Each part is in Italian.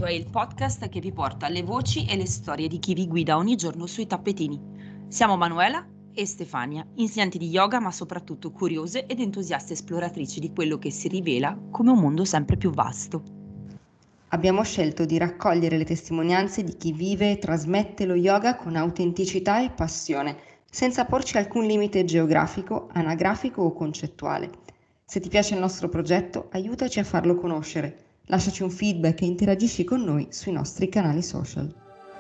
è il podcast che vi porta le voci e le storie di chi vi guida ogni giorno sui tappetini. Siamo Manuela e Stefania, insegnanti di yoga ma soprattutto curiose ed entusiaste esploratrici di quello che si rivela come un mondo sempre più vasto. Abbiamo scelto di raccogliere le testimonianze di chi vive e trasmette lo yoga con autenticità e passione, senza porci alcun limite geografico, anagrafico o concettuale. Se ti piace il nostro progetto, aiutaci a farlo conoscere. Lasciaci un feedback e interagisci con noi sui nostri canali social.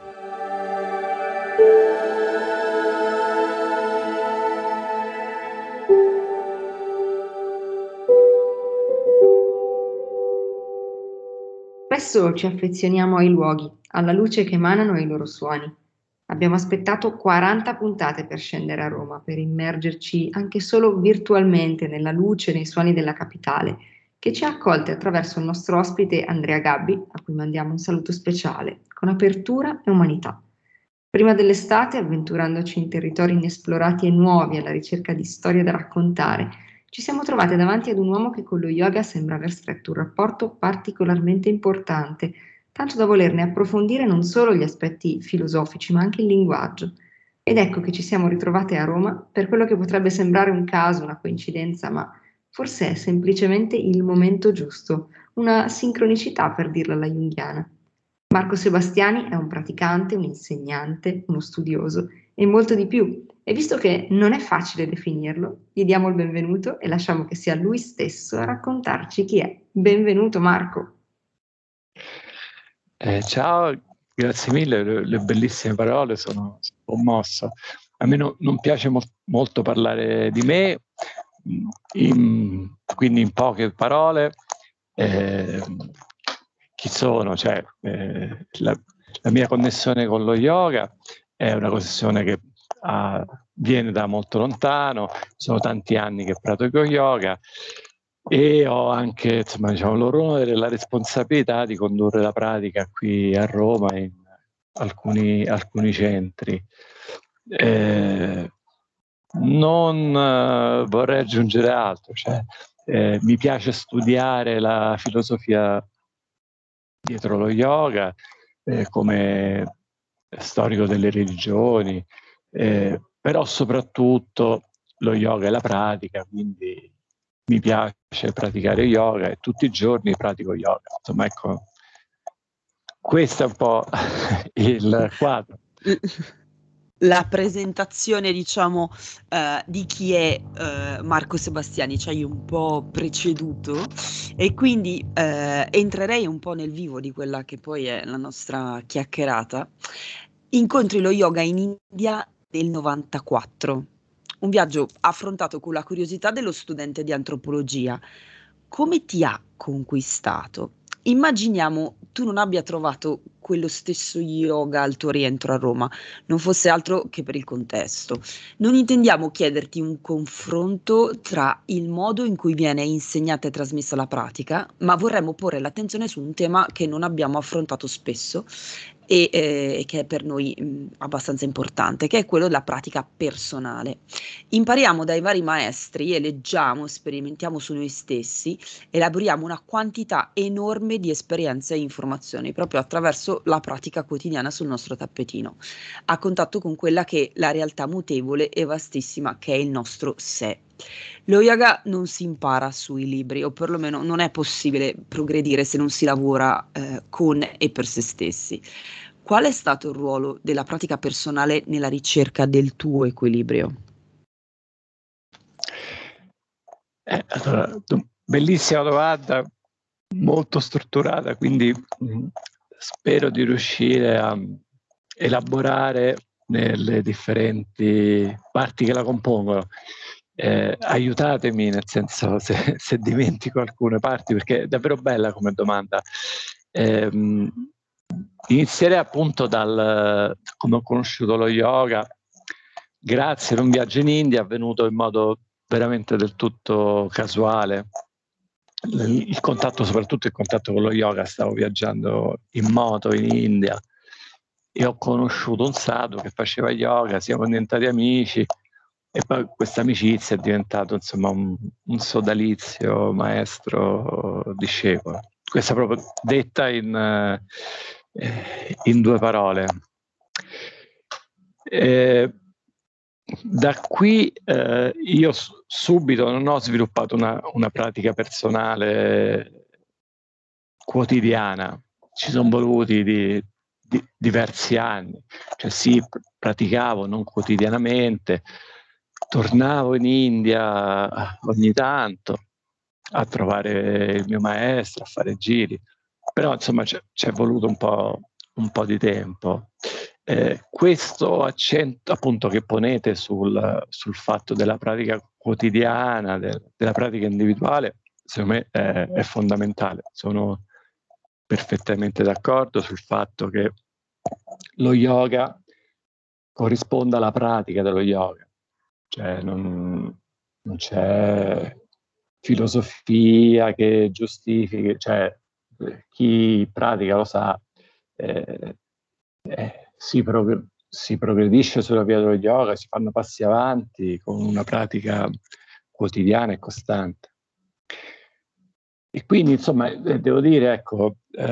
Spesso ci affezioniamo ai luoghi, alla luce che emanano e ai loro suoni. Abbiamo aspettato 40 puntate per scendere a Roma, per immergerci anche solo virtualmente nella luce e nei suoni della capitale, che ci ha accolte attraverso il nostro ospite Andrea Gabbi, a cui mandiamo un saluto speciale, con apertura e umanità. Prima dell'estate, avventurandoci in territori inesplorati e nuovi alla ricerca di storie da raccontare, ci siamo trovate davanti ad un uomo che con lo yoga sembra aver stretto un rapporto particolarmente importante, tanto da volerne approfondire non solo gli aspetti filosofici, ma anche il linguaggio. Ed ecco che ci siamo ritrovate a Roma per quello che potrebbe sembrare un caso, una coincidenza, ma forse è semplicemente il momento giusto, una sincronicità per dirla alla junghiana. Marco Sebastiani è un praticante, un insegnante, uno studioso e molto di più. E visto che non è facile definirlo, gli diamo il benvenuto e lasciamo che sia lui stesso a raccontarci chi è. Benvenuto Marco. Ciao, grazie mille, le bellissime parole, sono commosso. A me non piace molto parlare di me, quindi in poche parole, chi sono? Cioè, la mia connessione con lo yoga è una connessione che viene da molto lontano, sono tanti anni che pratico yoga e ho anche, insomma, diciamo, l'onore e la responsabilità di condurre la pratica qui a Roma in alcuni centri. Non vorrei aggiungere altro, cioè, mi piace studiare la filosofia dietro lo yoga come storico delle religioni, però soprattutto lo yoga è la pratica, quindi mi piace praticare yoga e tutti i giorni pratico yoga. Insomma, ecco, questo è un po' il quadro. La presentazione, diciamo, di chi è Marco Sebastiani ci hai un po' preceduto e quindi entrerei un po' nel vivo di quella che poi è la nostra chiacchierata. Incontri lo yoga in India nel 94, un viaggio affrontato con la curiosità dello studente di antropologia. Come ti ha conquistato? Immaginiamo tu non abbia trovato quello stesso yoga al tuo rientro a Roma, non fosse altro che per il contesto. Non intendiamo chiederti un confronto tra il modo in cui viene insegnata e trasmessa la pratica, ma vorremmo porre l'attenzione su un tema che non abbiamo affrontato spesso e che è per noi abbastanza importante, che è quello della pratica personale. Impariamo dai vari maestri e leggiamo, sperimentiamo su noi stessi, elaboriamo una quantità enorme di esperienze e informazioni proprio attraverso la pratica quotidiana sul nostro tappetino, a contatto con quella che è la realtà mutevole e vastissima che è il nostro sé. Lo yoga non si impara sui libri, o perlomeno non è possibile progredire se non si lavora con e per se stessi. Qual è stato il ruolo della pratica personale nella ricerca del tuo equilibrio? Allora, bellissima domanda, molto strutturata, quindi spero di riuscire a elaborare nelle differenti parti che la compongono. Aiutatemi, nel senso, se dimentico alcune parti, perché è davvero bella come domanda. Inizierei appunto dal come ho conosciuto lo yoga, grazie ad un viaggio in India avvenuto in modo veramente del tutto casuale. Il contatto, soprattutto il contatto con lo yoga, stavo viaggiando in moto in India e ho conosciuto un sadhu che faceva yoga, siamo diventati amici e poi questa amicizia è diventato insomma un sodalizio maestro discepolo. questa proprio detta in 2 parole. Da qui io subito non ho sviluppato una pratica personale quotidiana, ci sono voluti diversi anni, cioè sì, praticavo non quotidianamente, tornavo in India ogni tanto a trovare il mio maestro, a fare giri, però insomma c'è voluto un po' di tempo. Questo accento appunto che ponete sul fatto della pratica quotidiana, della pratica individuale, secondo me è fondamentale. Sono perfettamente d'accordo sul fatto che lo yoga corrisponda alla pratica dello yoga, cioè non c'è filosofia che giustifichi, cioè chi pratica lo sa, si progredisce sulla via dello yoga, si fanno passi avanti con una pratica quotidiana e costante. E quindi, insomma, devo dire, ecco,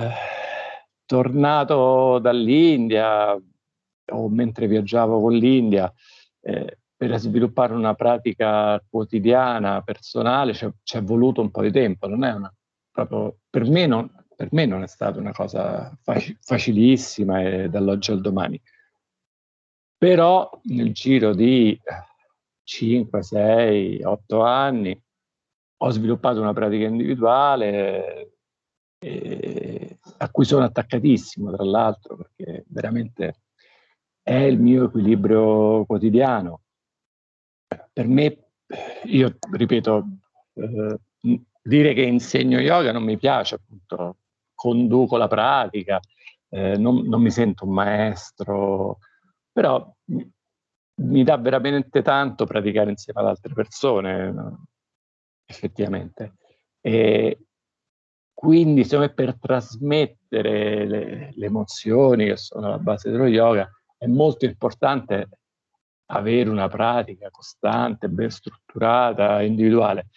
tornato dall'India o mentre viaggiavo con l'India, per sviluppare una pratica quotidiana, personale, c'è voluto un po' di tempo. Non è proprio, per me non è stata una cosa facilissima e dall'oggi al domani. Però nel giro di 5, 6, 8 anni ho sviluppato una pratica individuale a cui sono attaccatissimo, tra l'altro, perché veramente è il mio equilibrio quotidiano. Per me, io ripeto, dire che insegno yoga non mi piace, appunto, conduco la pratica, non mi sento un maestro, però mi dà veramente tanto praticare insieme ad altre persone, effettivamente. E quindi, secondo me, per trasmettere le emozioni che sono alla base dello yoga è molto importante avere una pratica costante, ben strutturata, individuale.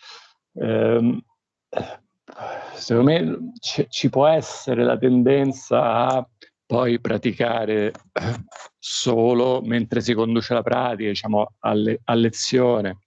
Secondo me ci può essere la tendenza a poi praticare solo mentre si conduce la pratica, diciamo a lezione.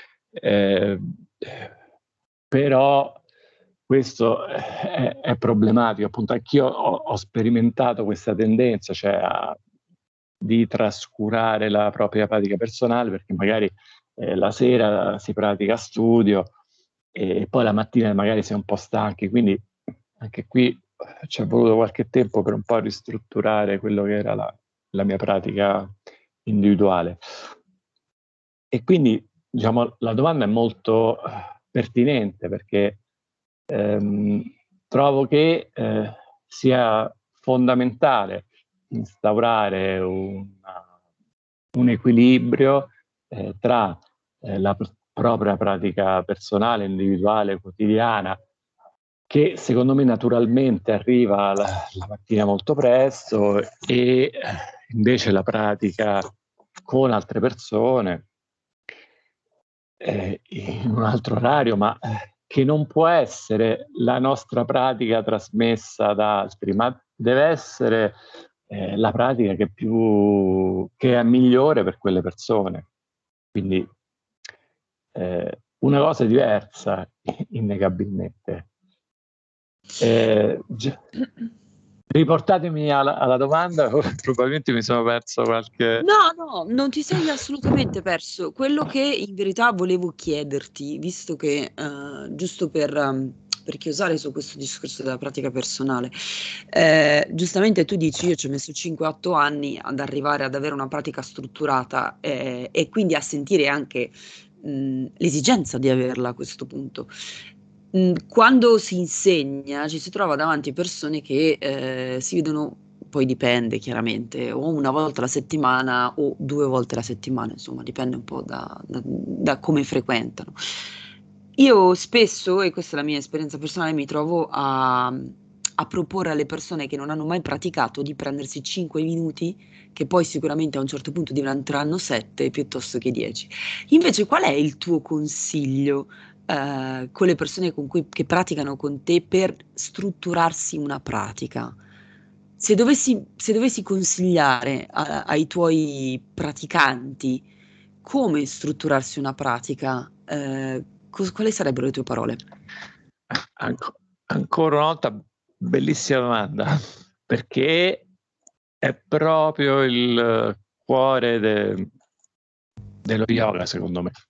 Però questo è problematico, appunto. Anch'io ho sperimentato questa tendenza, cioè di trascurare la propria pratica personale, perché magari la sera si pratica a studio e poi la mattina magari si è un po' stanchi, quindi anche qui ci è voluto qualche tempo per un po' ristrutturare quello che era la mia pratica individuale. E quindi, diciamo, la domanda è molto pertinente, perché trovo che sia fondamentale instaurare un equilibrio tra la propria pratica personale, individuale, quotidiana, che secondo me naturalmente arriva la mattina molto presto, e invece la pratica con altre persone in un altro orario, ma che non può essere la nostra pratica trasmessa da altri, ma deve essere la pratica che è migliore per quelle persone. Quindi una cosa diversa, innegabilmente. Riportatemi alla domanda, probabilmente mi sono perso qualche... No, non ti sei assolutamente perso. Quello che in verità volevo chiederti, visto che giusto per chiusare su questo discorso della pratica personale, giustamente tu dici io ci ho messo 5-8 anni ad arrivare ad avere una pratica strutturata e quindi a sentire anche l'esigenza di averla a questo punto. Quando si insegna ci si trova davanti persone che si vedono, poi dipende chiaramente, o una volta alla settimana o 2 volte alla settimana, insomma, dipende un po' da come frequentano. Io spesso, e questa è la mia esperienza personale, mi trovo a proporre alle persone che non hanno mai praticato di prendersi 5 minuti, che poi sicuramente a un certo punto diventeranno 7 piuttosto che 10. Invece, qual è il tuo consiglio con le persone che praticano con te per strutturarsi una pratica. Se dovessi consigliare ai tuoi praticanti come strutturarsi una pratica, quali sarebbero le tue parole? Ancora una volta, bellissima domanda, perché è proprio il cuore dello yoga, secondo me.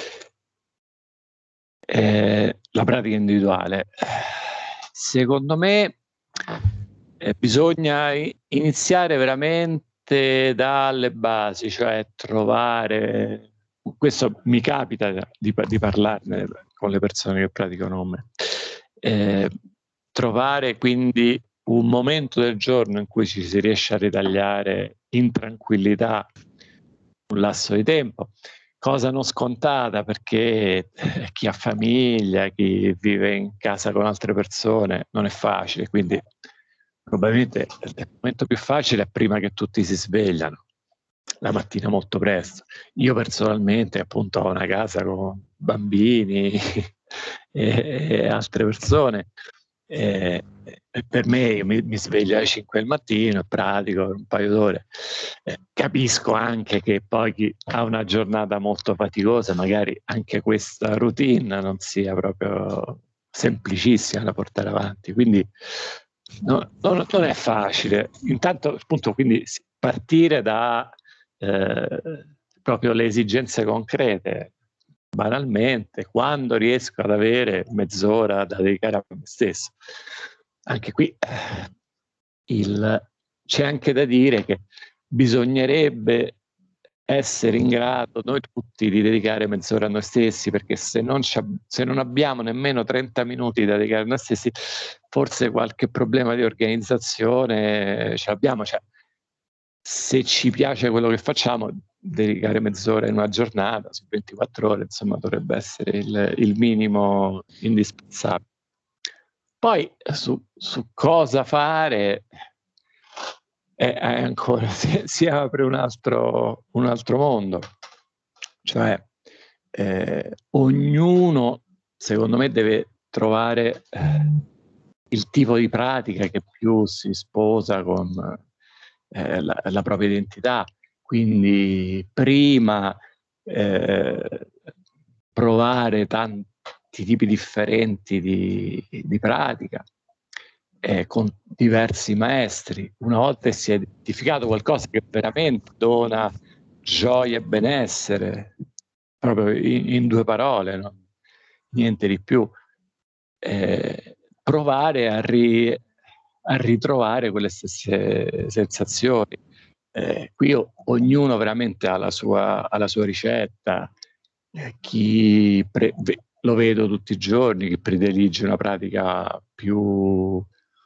La pratica individuale. Secondo me bisogna iniziare veramente dalle basi, cioè trovare, questo mi capita di parlarne con le persone che praticano con me, trovare quindi un momento del giorno in cui ci si riesce a ritagliare in tranquillità un lasso di tempo, cosa non scontata perché chi ha famiglia, chi vive in casa con altre persone non è facile, quindi probabilmente il momento più facile è prima che tutti si svegliano, la mattina molto presto. Io personalmente appunto ho una casa con bambini e altre persone, e per me io mi sveglio alle 5 del mattino e pratico un paio d'ore. Capisco anche che poi chi ha una giornata molto faticosa, magari anche questa routine non sia proprio semplicissima da portare avanti, quindi non è facile. Intanto appunto quindi partire da proprio le esigenze concrete. Banalmente, quando riesco ad avere mezz'ora da dedicare a me stesso. Anche qui c'è anche da dire che bisognerebbe essere in grado noi tutti di dedicare mezz'ora a noi stessi, perché se non abbiamo nemmeno 30 minuti da dedicare a noi stessi, forse qualche problema di organizzazione ce l'abbiamo. Cioè, se ci piace quello che facciamo, dedicare mezz'ora in una giornata su 24 ore, insomma, dovrebbe essere il minimo indispensabile. Poi su cosa fare è ancora si apre un altro mondo, cioè ognuno secondo me deve trovare il tipo di pratica che più si sposa con la propria identità, quindi prima provare tanti tipi differenti di pratica con diversi maestri. Una volta che si è identificato qualcosa che veramente dona gioia e benessere, proprio in due parole, no? Niente di più, provare a ritrovare quelle stesse sensazioni. Qui ognuno veramente ha la sua ricetta. Chi lo vedo tutti i giorni, chi predilige una pratica più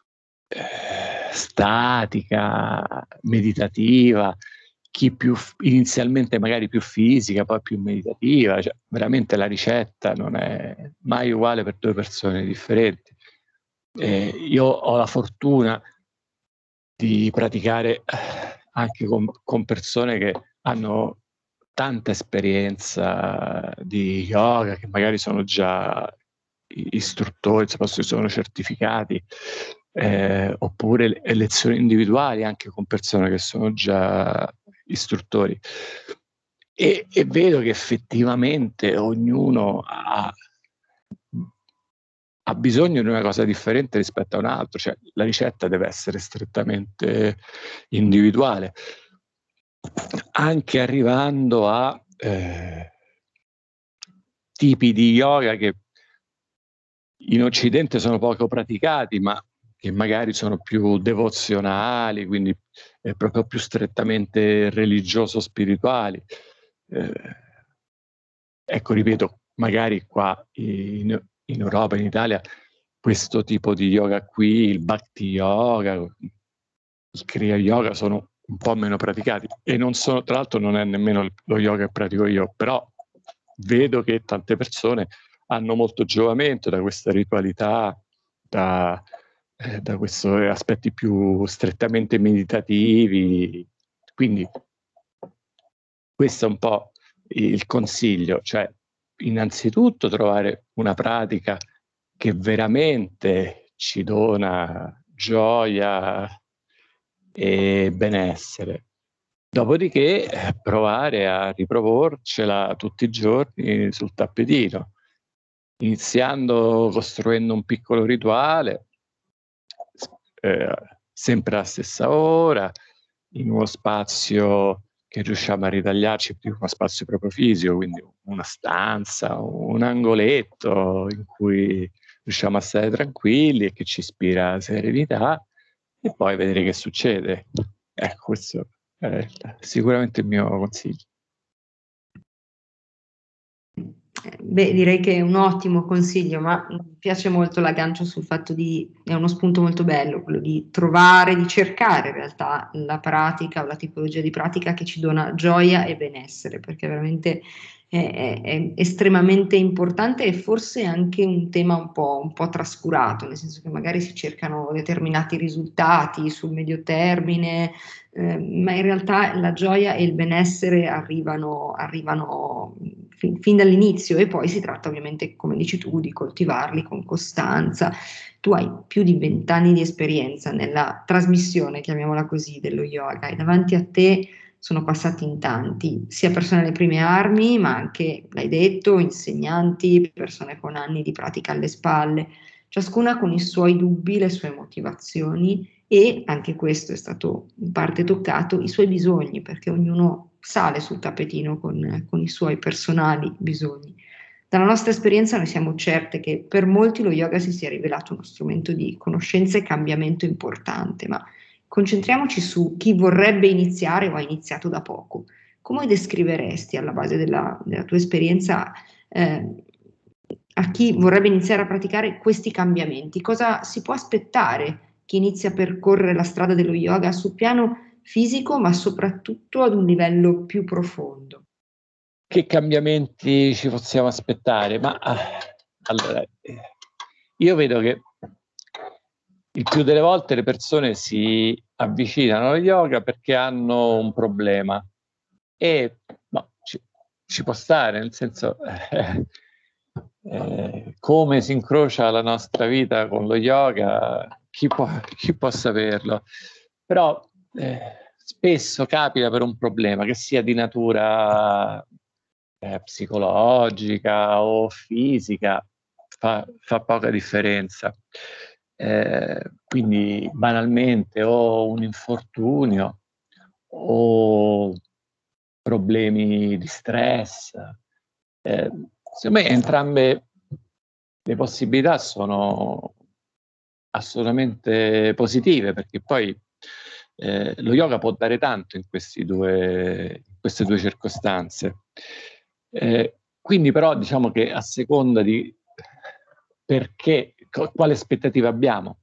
statica, meditativa, chi più inizialmente magari più fisica, poi più meditativa. Cioè, veramente la ricetta non è mai uguale per due persone differenti. Io ho la fortuna di praticare anche con persone che hanno tanta esperienza di yoga, che magari sono già istruttori, sono certificati, oppure lezioni individuali anche con persone che sono già istruttori. E vedo che effettivamente ognuno ha bisogno di una cosa differente rispetto a un altro, cioè la ricetta deve essere strettamente individuale, anche arrivando a tipi di yoga che in Occidente sono poco praticati, ma che magari sono più devozionali, quindi proprio più strettamente religioso-spirituali. Ecco, ripeto, magari qua in Europa, in Italia, questo tipo di yoga qui, il Bhakti Yoga, il Kriya Yoga, sono un po' meno praticati, e non sono, tra l'altro non è nemmeno lo yoga che pratico io, però vedo che tante persone hanno molto giovamento da questa ritualità, da questi aspetti più strettamente meditativi. Quindi questo è un po' il consiglio, cioè innanzitutto trovare una pratica che veramente ci dona gioia e benessere. Dopodiché provare a riproporcela tutti i giorni sul tappetino, iniziando costruendo un piccolo rituale, sempre alla stessa ora, in uno spazio che riusciamo a ritagliarci, più uno spazio proprio fisico, quindi una stanza, un angoletto in cui riusciamo a stare tranquilli e che ci ispira serenità, e poi vedere che succede. Ecco, questo è sicuramente il mio consiglio. Beh, direi che è un ottimo consiglio, ma mi piace molto l'aggancio sul fatto è uno spunto molto bello, quello di trovare, di cercare in realtà la pratica o la tipologia di pratica che ci dona gioia e benessere, perché veramente è estremamente importante e forse anche un tema un po' trascurato, nel senso che magari si cercano determinati risultati sul medio termine, ma in realtà la gioia e il benessere arrivano fin dall'inizio, e poi si tratta ovviamente, come dici tu, di coltivarli con costanza. Tu hai più di 20 anni di esperienza nella trasmissione, chiamiamola così, dello yoga, e davanti a te sono passati in tanti, sia persone alle prime armi, ma anche, l'hai detto, insegnanti, persone con anni di pratica alle spalle, ciascuna con i suoi dubbi, le sue motivazioni, e anche questo è stato in parte toccato, i suoi bisogni, perché ognuno sale sul tappetino con i suoi personali bisogni. Dalla nostra esperienza noi siamo certe che per molti lo yoga si sia rivelato uno strumento di conoscenza e cambiamento importante, ma concentriamoci su chi vorrebbe iniziare o ha iniziato da poco. Come descriveresti, alla base della tua esperienza, a chi vorrebbe iniziare a praticare questi cambiamenti? Cosa si può aspettare chi inizia a percorrere la strada dello yoga sul piano fisico, ma soprattutto ad un livello più profondo? Che cambiamenti ci possiamo aspettare? Ma allora, io vedo che il più delle volte le persone si avvicinano allo yoga perché hanno un problema, e no, ci può stare, nel senso, come si incrocia la nostra vita con lo yoga, chi può saperlo? Però spesso capita per un problema, che sia di natura psicologica o fisica, fa poca differenza. Quindi banalmente o un infortunio o problemi di stress. Secondo me entrambe le possibilità sono assolutamente positive, perché poi lo yoga può dare tanto in queste due circostanze. Quindi però diciamo che a seconda di quale aspettativa abbiamo,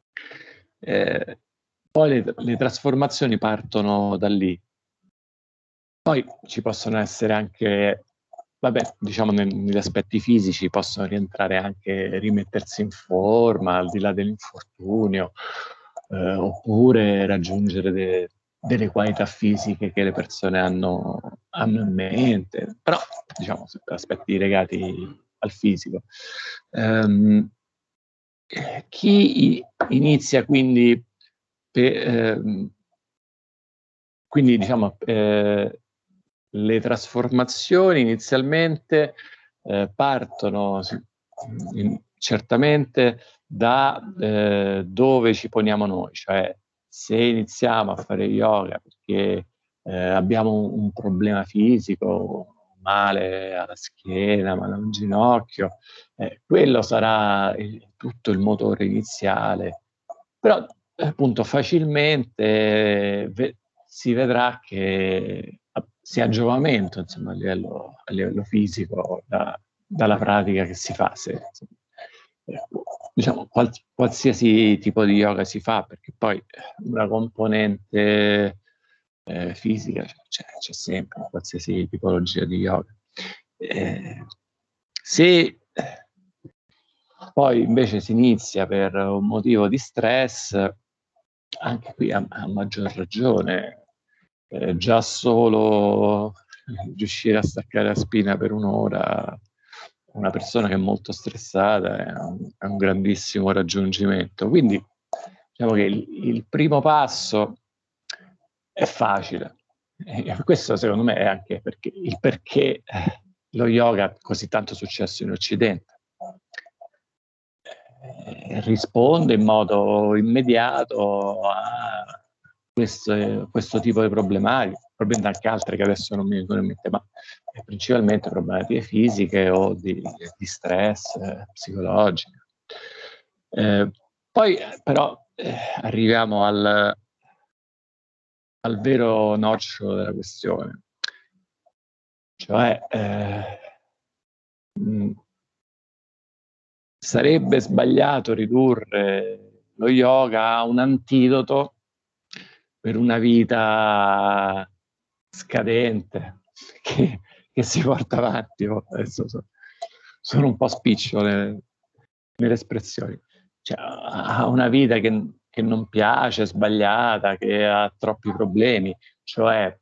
poi le trasformazioni partono da lì. Poi ci possono essere anche, vabbè, diciamo negli aspetti fisici possono rientrare anche rimettersi in forma al di là dell'infortunio, oppure raggiungere delle qualità fisiche che le persone hanno in mente, però diciamo aspetti legati al fisico. Chi inizia quindi diciamo le trasformazioni inizialmente partono certamente da dove ci poniamo noi, cioè se iniziamo a fare yoga perché abbiamo un problema fisico, male alla schiena, male a un ginocchio, quello sarà tutto il motore iniziale, però appunto facilmente si vedrà che si ha giovamento, insomma, a livello fisico dalla pratica che si fa. Diciamo, qualsiasi tipo di yoga si fa, perché poi una componente fisica c'è sempre, qualsiasi tipologia di yoga. Se poi invece si inizia per un motivo di stress, anche qui a maggior ragione, già solo riuscire a staccare la spina per un'ora una persona che è molto stressata è un grandissimo raggiungimento. Quindi diciamo che il primo passo è facile. E questo secondo me è anche perché lo yoga ha così tanto successo in Occidente. Risponde in modo immediato a questo tipo di problematiche, probabilmente anche altre che adesso non mi vengono in mente, ma principalmente problematiche fisiche o di stress psicologico. Poi però arriviamo al vero nocciolo della questione, cioè sarebbe sbagliato ridurre lo yoga a un antidoto per una vita scadente che si porta avanti. Adesso sono un po' spiccio nelle espressioni. Cioè, ha una vita che non piace, sbagliata, che ha troppi problemi. Cioè,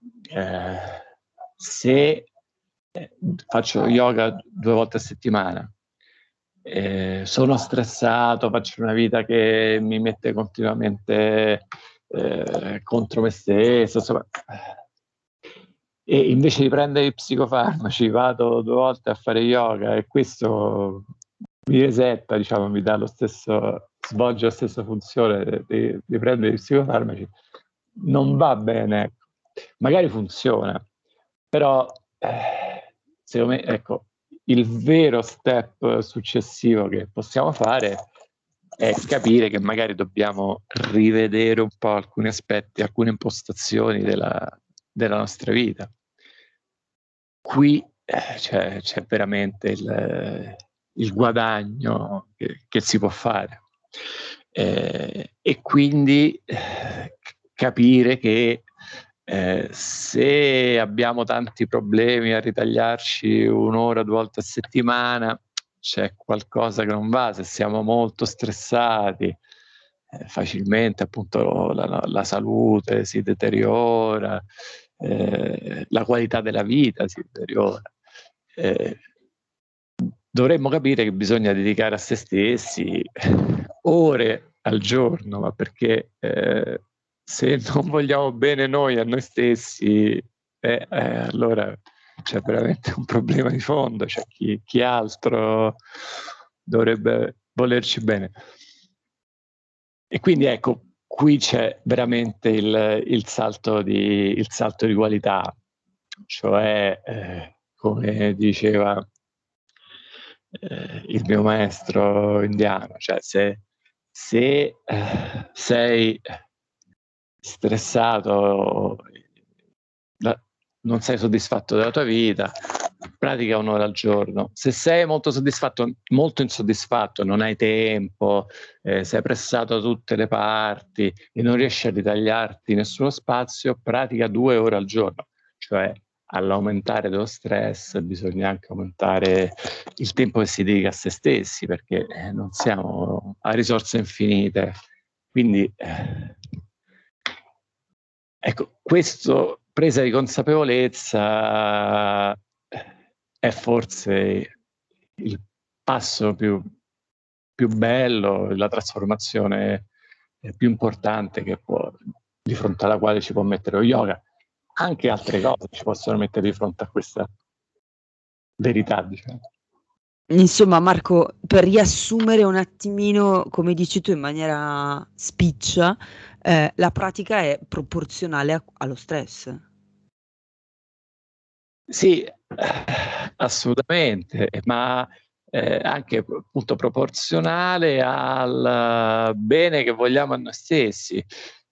se faccio yoga 2 volte a settimana, sono stressato, faccio una vita che mi mette continuamente contro me stesso, insomma. E invece di prendere i psicofarmaci vado 2 volte a fare yoga e questo mi resetta, diciamo, mi dà svolge la stessa funzione di prendere i psicofarmaci, non va bene. Magari funziona, però secondo me, ecco, il vero step successivo che possiamo fare è capire che magari dobbiamo rivedere un po' alcuni aspetti, alcune impostazioni della nostra vita. Qui c'è veramente il guadagno che si può fare. E quindi capire che se abbiamo tanti problemi a ritagliarci 1 ora 2 volte a settimana, c'è qualcosa che non va. Se siamo molto stressati, facilmente appunto la salute si deteriora, la qualità della vita si deteriora. Dovremmo capire che bisogna dedicare a se stessi ore al giorno, ma perché se non vogliamo bene noi a noi stessi, allora c'è veramente un problema di fondo, c'è chi altro dovrebbe volerci bene. E quindi ecco, qui c'è veramente il salto di qualità, cioè come diceva il mio maestro indiano, cioè se sei stressato, non sei soddisfatto della tua vita, pratica 1 ora al giorno. Se sei molto soddisfatto, molto insoddisfatto, non hai tempo, sei pressato da tutte le parti e non riesci a ritagliarti nessuno spazio, pratica 2 ore al giorno. Cioè, all'aumentare dello stress bisogna anche aumentare il tempo che si dedica a se stessi, perché non siamo a risorse infinite. Quindi ecco, questo presa di consapevolezza è forse il passo più bello, la trasformazione più importante di fronte alla quale ci può mettere lo yoga. Anche altre cose ci possono mettere di fronte a questa verità, diciamo. Insomma, Marco, per riassumere un attimino, come dici tu in maniera spiccia, la pratica è proporzionale allo stress. Sì, assolutamente, ma anche appunto proporzionale al bene che vogliamo a noi stessi.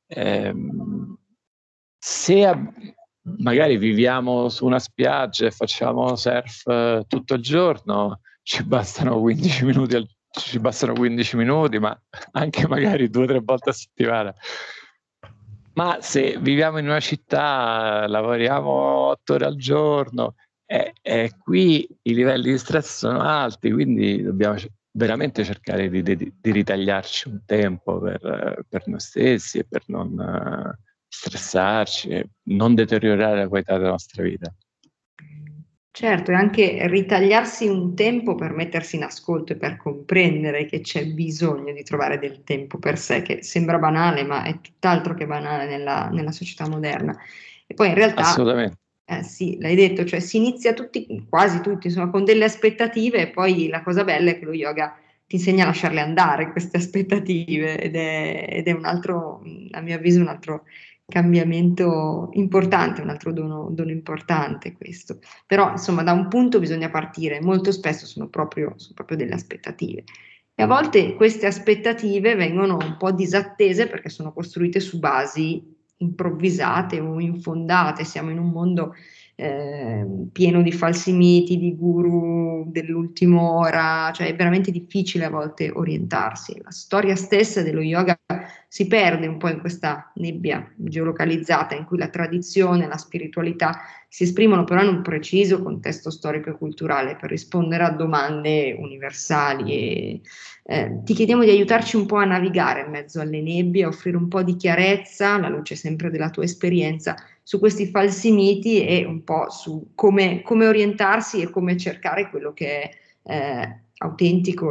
Se magari viviamo su una spiaggia e facciamo surf tutto il giorno, ci bastano 15 minuti, ma anche magari 2 o 3 volte a settimana. Ma se viviamo in una città, lavoriamo 8 ore al giorno, qui i livelli di stress sono alti, quindi dobbiamo veramente cercare di ritagliarci un tempo per noi stessi e per non stressarci e non deteriorare la qualità della nostra vita. Certo, e anche ritagliarsi un tempo per mettersi in ascolto e per comprendere che c'è bisogno di trovare del tempo per sé, che sembra banale, ma è tutt'altro che banale nella società moderna. E poi in realtà, Assolutamente. sì, l'hai detto, cioè si inizia tutti, quasi tutti, insomma, con delle aspettative e poi la cosa bella è che lo yoga ti insegna a lasciarle andare, queste aspettative, ed è un altro, a mio avviso, un altro cambiamento importante, un altro dono importante questo. Però, insomma, da un punto bisogna partire, molto spesso sono proprio delle aspettative. E a volte queste aspettative vengono un po' disattese perché sono costruite su basi improvvisate o infondate. Siamo in un mondo pieno di falsi miti, di guru dell'ultima ora, cioè è veramente difficile a volte orientarsi. La storia stessa dello yoga si perde un po' in questa nebbia geolocalizzata in cui la tradizione e la spiritualità si esprimono però in un preciso contesto storico e culturale per rispondere a domande universali e ti chiediamo di aiutarci un po' a navigare in mezzo alle nebbie, a offrire un po' di chiarezza, alla luce sempre della tua esperienza, su questi falsi miti e un po' su come orientarsi e come cercare quello che è autentico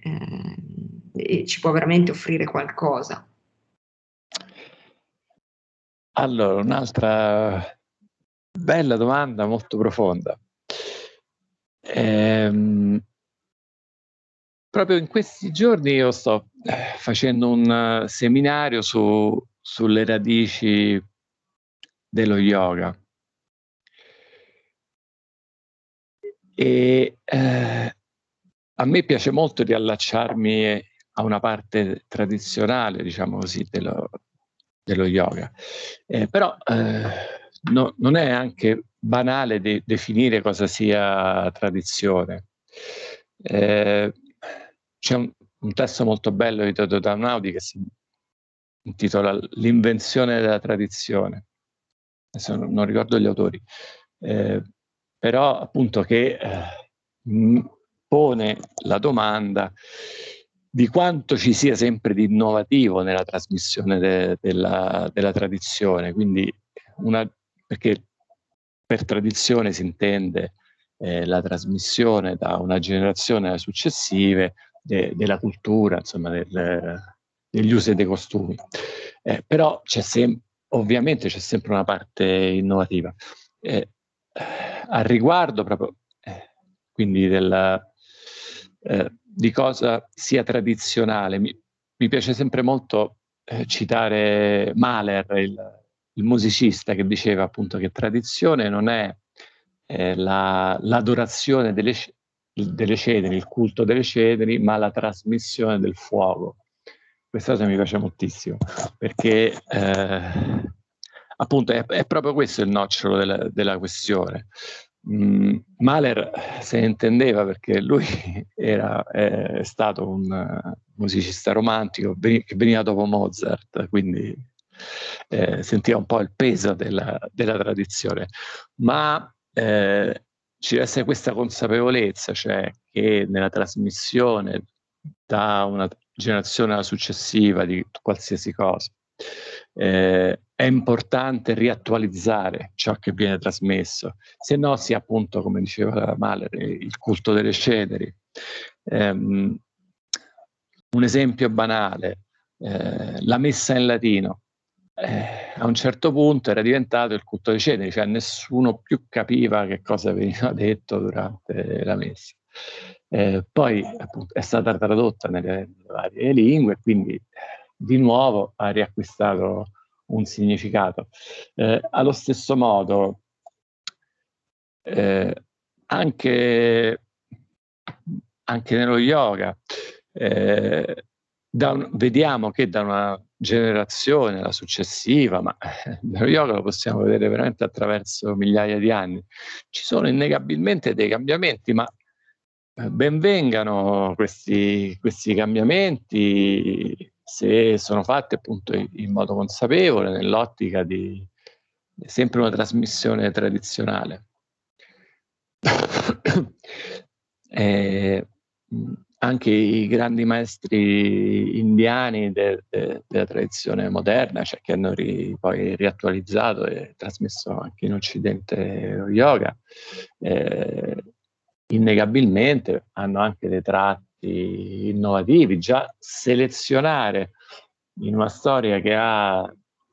e ci può veramente offrire qualcosa. Allora, un'altra bella domanda, molto profonda. Proprio in questi giorni io sto facendo un seminario sulle radici dello yoga. E a me piace molto riallacciarmi a una parte tradizionale, diciamo così, dello yoga. Però non è anche banale definire cosa sia tradizione. C'è un testo molto bello di Toto Einaudi che si intitola L'invenzione della tradizione. Adesso non ricordo gli autori, però appunto che pone la domanda di quanto ci sia sempre di innovativo nella trasmissione della tradizione, quindi perché per tradizione si intende la trasmissione da una generazione alle successive della cultura, insomma, degli usi e dei costumi. Però ovviamente c'è sempre una parte innovativa. Al riguardo proprio quindi di cosa sia tradizionale, mi piace sempre molto citare Mahler, il musicista, che diceva appunto che tradizione non è l'adorazione delle ceneri, il culto delle ceneri, ma la trasmissione del fuoco. Questa cosa mi piace moltissimo, perché appunto è proprio questo il nocciolo della questione. Mahler se ne intendeva perché lui è stato un musicista romantico che veniva dopo Mozart, quindi sentiva un po' il peso della tradizione, ma ci deve essere questa consapevolezza, cioè che nella trasmissione da una generazione alla successiva di qualsiasi cosa è importante riattualizzare ciò che viene trasmesso, se no si appunto, come diceva Mahler, il culto delle ceneri. Un esempio banale, la messa in latino. A un certo punto era diventato il culto delle ceneri, cioè nessuno più capiva che cosa veniva detto durante la messa. Poi appunto è stata tradotta nelle varie lingue, quindi di nuovo ha riacquistato un significato. Allo stesso modo, anche nello yoga, vediamo che da una generazione alla successiva, ma nello yoga lo possiamo vedere veramente attraverso migliaia di anni, ci sono innegabilmente dei cambiamenti, ma benvengano questi cambiamenti se sono fatti appunto in modo consapevole, nell'ottica di sempre una trasmissione tradizionale. anche i grandi maestri indiani della tradizione moderna, cioè che hanno poi riattualizzato e trasmesso anche in Occidente lo yoga, innegabilmente hanno anche dei tratti innovativi. Già selezionare in una storia che ha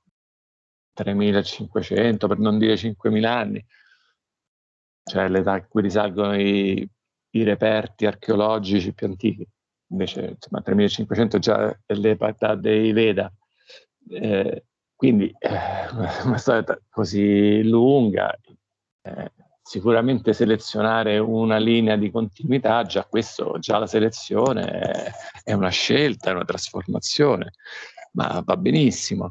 3.500, per non dire 5.000 anni, cioè l'età a cui risalgono i reperti archeologici più antichi, invece insomma 3.500 già è l'età dei Veda, quindi una storia così lunga, sicuramente selezionare una linea di continuità, già la selezione è una scelta, è una trasformazione, ma va benissimo.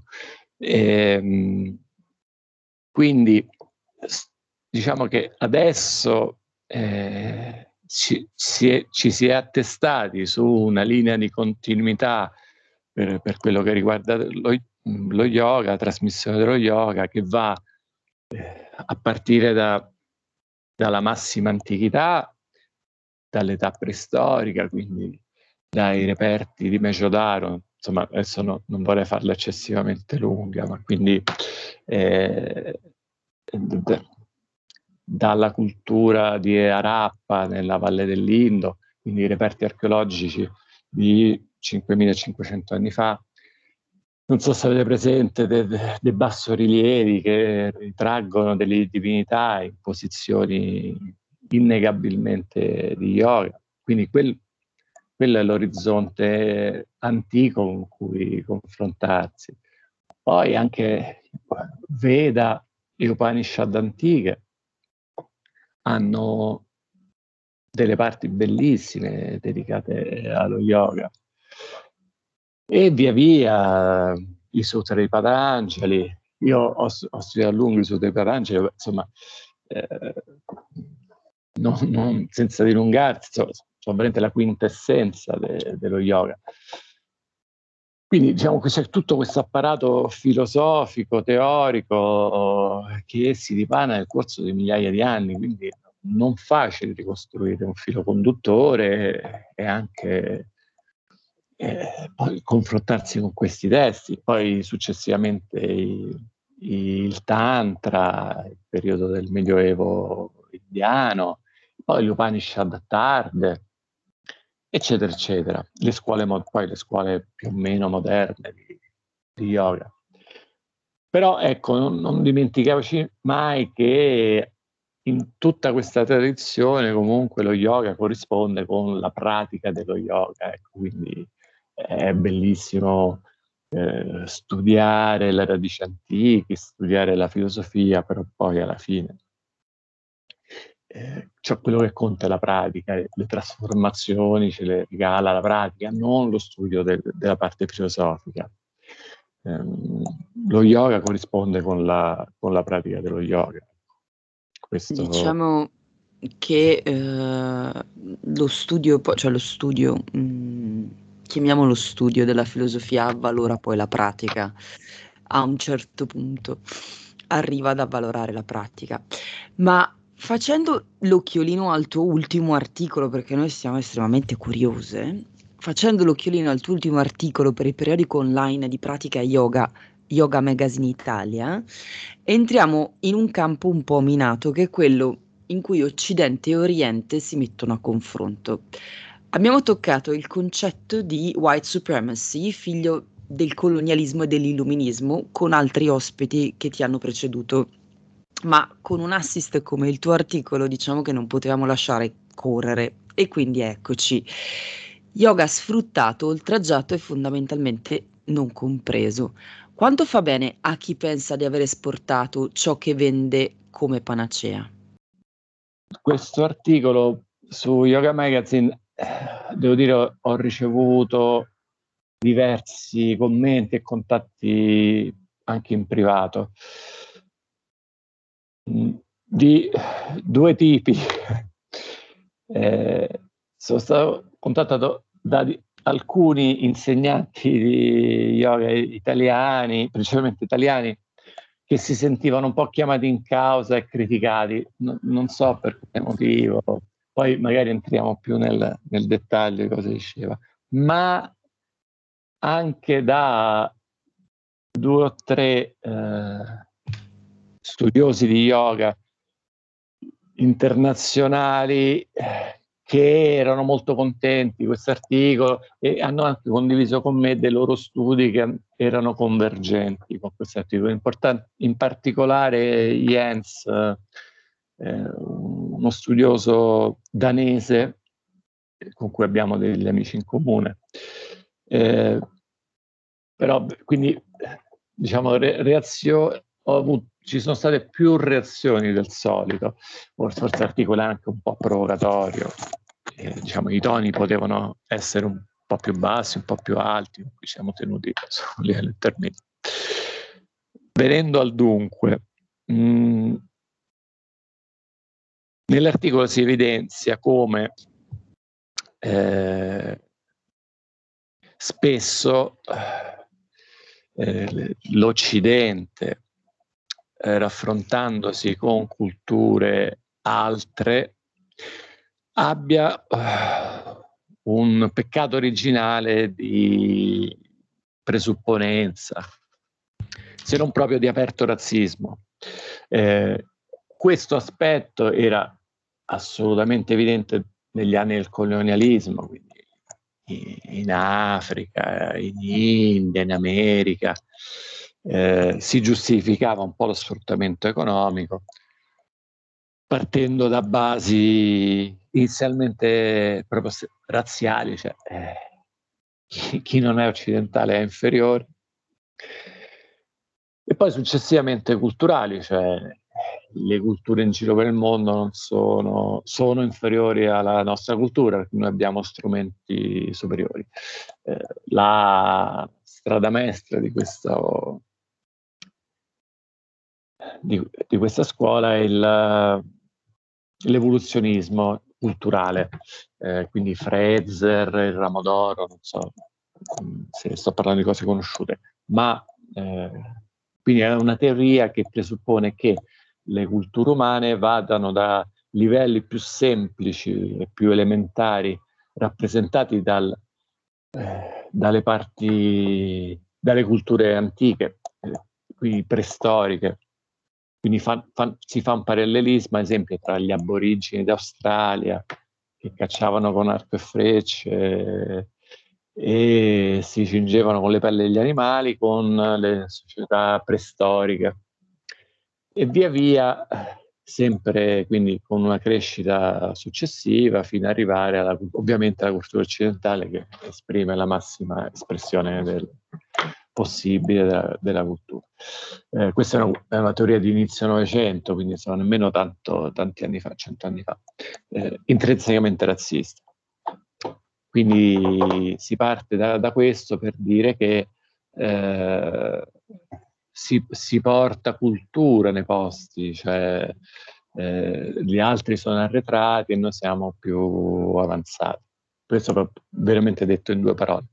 Quindi diciamo che adesso ci si è attestati su una linea di continuità per quello che riguarda lo yoga, la trasmissione dello yoga, che va a partire dalla massima antichità, dall'età preistorica, quindi dai reperti di Mohenjo-daro. Insomma, adesso non vorrei farla eccessivamente lunga, ma quindi dalla cultura di Harappa nella Valle dell'Indo, quindi i reperti archeologici di 5.500 anni fa. Non so se avete presente dei bassorilievi che ritraggono delle divinità in posizioni innegabilmente di yoga. Quindi quello è l'orizzonte antico con cui confrontarsi. Poi anche Veda e Upanishad antiche hanno delle parti bellissime dedicate allo yoga. E via via i sutra di Patanjali, io ho studiato a lungo i sutra di Patanjali, insomma, senza dilungarsi, sono veramente la quintessenza dello yoga. Quindi diciamo che c'è tutto questo apparato filosofico, teorico, che si dipana nel corso di migliaia di anni, quindi non facile ricostruire un filo conduttore e anche poi confrontarsi con questi testi. Poi successivamente il Tantra, il periodo del Medioevo indiano, poi l'Upanishad tarde, eccetera, eccetera. Poi le scuole più o meno moderne di yoga. Però ecco, non dimentichiamoci mai che in tutta questa tradizione comunque lo yoga corrisponde con la pratica dello yoga, ecco, quindi è bellissimo studiare le radici antiche, studiare la filosofia, però poi alla fine cioè quello che conta è la pratica, le trasformazioni ce le regala la pratica, non lo studio della parte filosofica. Lo yoga corrisponde con la pratica dello yoga. Questo... Diciamo che lo studio, chiamiamolo studio della filosofia, avvalora poi la pratica. A un certo punto arriva ad avvalorare la pratica. Ma facendo l'occhiolino al tuo ultimo articolo, perché noi siamo estremamente curiose, facendo l'occhiolino al tuo ultimo articolo per il periodico online di pratica yoga, Yoga Magazine Italia, entriamo in un campo un po' minato, che è quello in cui Occidente e Oriente si mettono a confronto. Abbiamo toccato il concetto di white supremacy, figlio del colonialismo e dell'illuminismo, con altri ospiti che ti hanno preceduto, ma con un assist come il tuo articolo diciamo che non potevamo lasciare correre, e quindi eccoci. Yoga sfruttato, oltraggiato e fondamentalmente non compreso. Quanto fa bene a chi pensa di aver esportato ciò che vende come panacea? Questo articolo su Yoga Magazine, devo dire, ho ricevuto diversi commenti e contatti anche in privato di due tipi. Sono stato contattato da alcuni insegnanti di yoga italiani, principalmente italiani, che si sentivano un po' chiamati in causa e criticati. Non so per quale motivo, poi magari entriamo più nel dettaglio di cosa diceva, ma anche da 2 o 3 studiosi di yoga internazionali che erano molto contenti di questo articolo e hanno anche condiviso con me dei loro studi che erano convergenti con questo articolo. In particolare Jens, uno studioso danese con cui abbiamo degli amici in comune. Però quindi diciamo ci sono state più reazioni del solito, forse l'articolo è anche un po' provocatorio, diciamo i toni potevano essere un po' più bassi, un po' più alti, qui siamo tenuti su un livello intermedio. Venendo al dunque, nell'articolo si evidenzia come spesso l'Occidente, raffrontandosi con culture altre, abbia un peccato originale di presupponenza, se non proprio di aperto razzismo. Questo aspetto era assolutamente evidente negli anni del colonialismo, quindi in Africa, in India, in America, si giustificava un po' lo sfruttamento economico, partendo da basi inizialmente proprio razziali, cioè chi non è occidentale è inferiore, e poi successivamente culturali, cioè le culture in giro per il mondo non sono inferiori alla nostra cultura, perché noi abbiamo strumenti superiori. La strada maestra di questa scuola è l'evoluzionismo culturale, quindi Fraser, il Ramo d'Oro, non so se sto parlando di cose conosciute, ma quindi è una teoria che presuppone che le culture umane vadano da livelli più semplici e più elementari, rappresentati dalle culture antiche, quindi preistoriche. Quindi si fa un parallelismo, ad esempio, tra gli aborigeni d'Australia che cacciavano con arco e frecce e si cingevano con le pelle degli animali, con le società preistoriche. E via via, sempre quindi con una crescita successiva, fino ad arrivare ovviamente alla cultura occidentale, che esprime la massima espressione possibile della cultura. Questa è una teoria di inizio Novecento, quindi sono nemmeno tanti anni fa, 100 anni fa, intrinsecamente razzista. Quindi si parte da questo per dire che si porta cultura nei posti, cioè gli altri sono arretrati e noi siamo più avanzati. Questo veramente detto in 2 parole.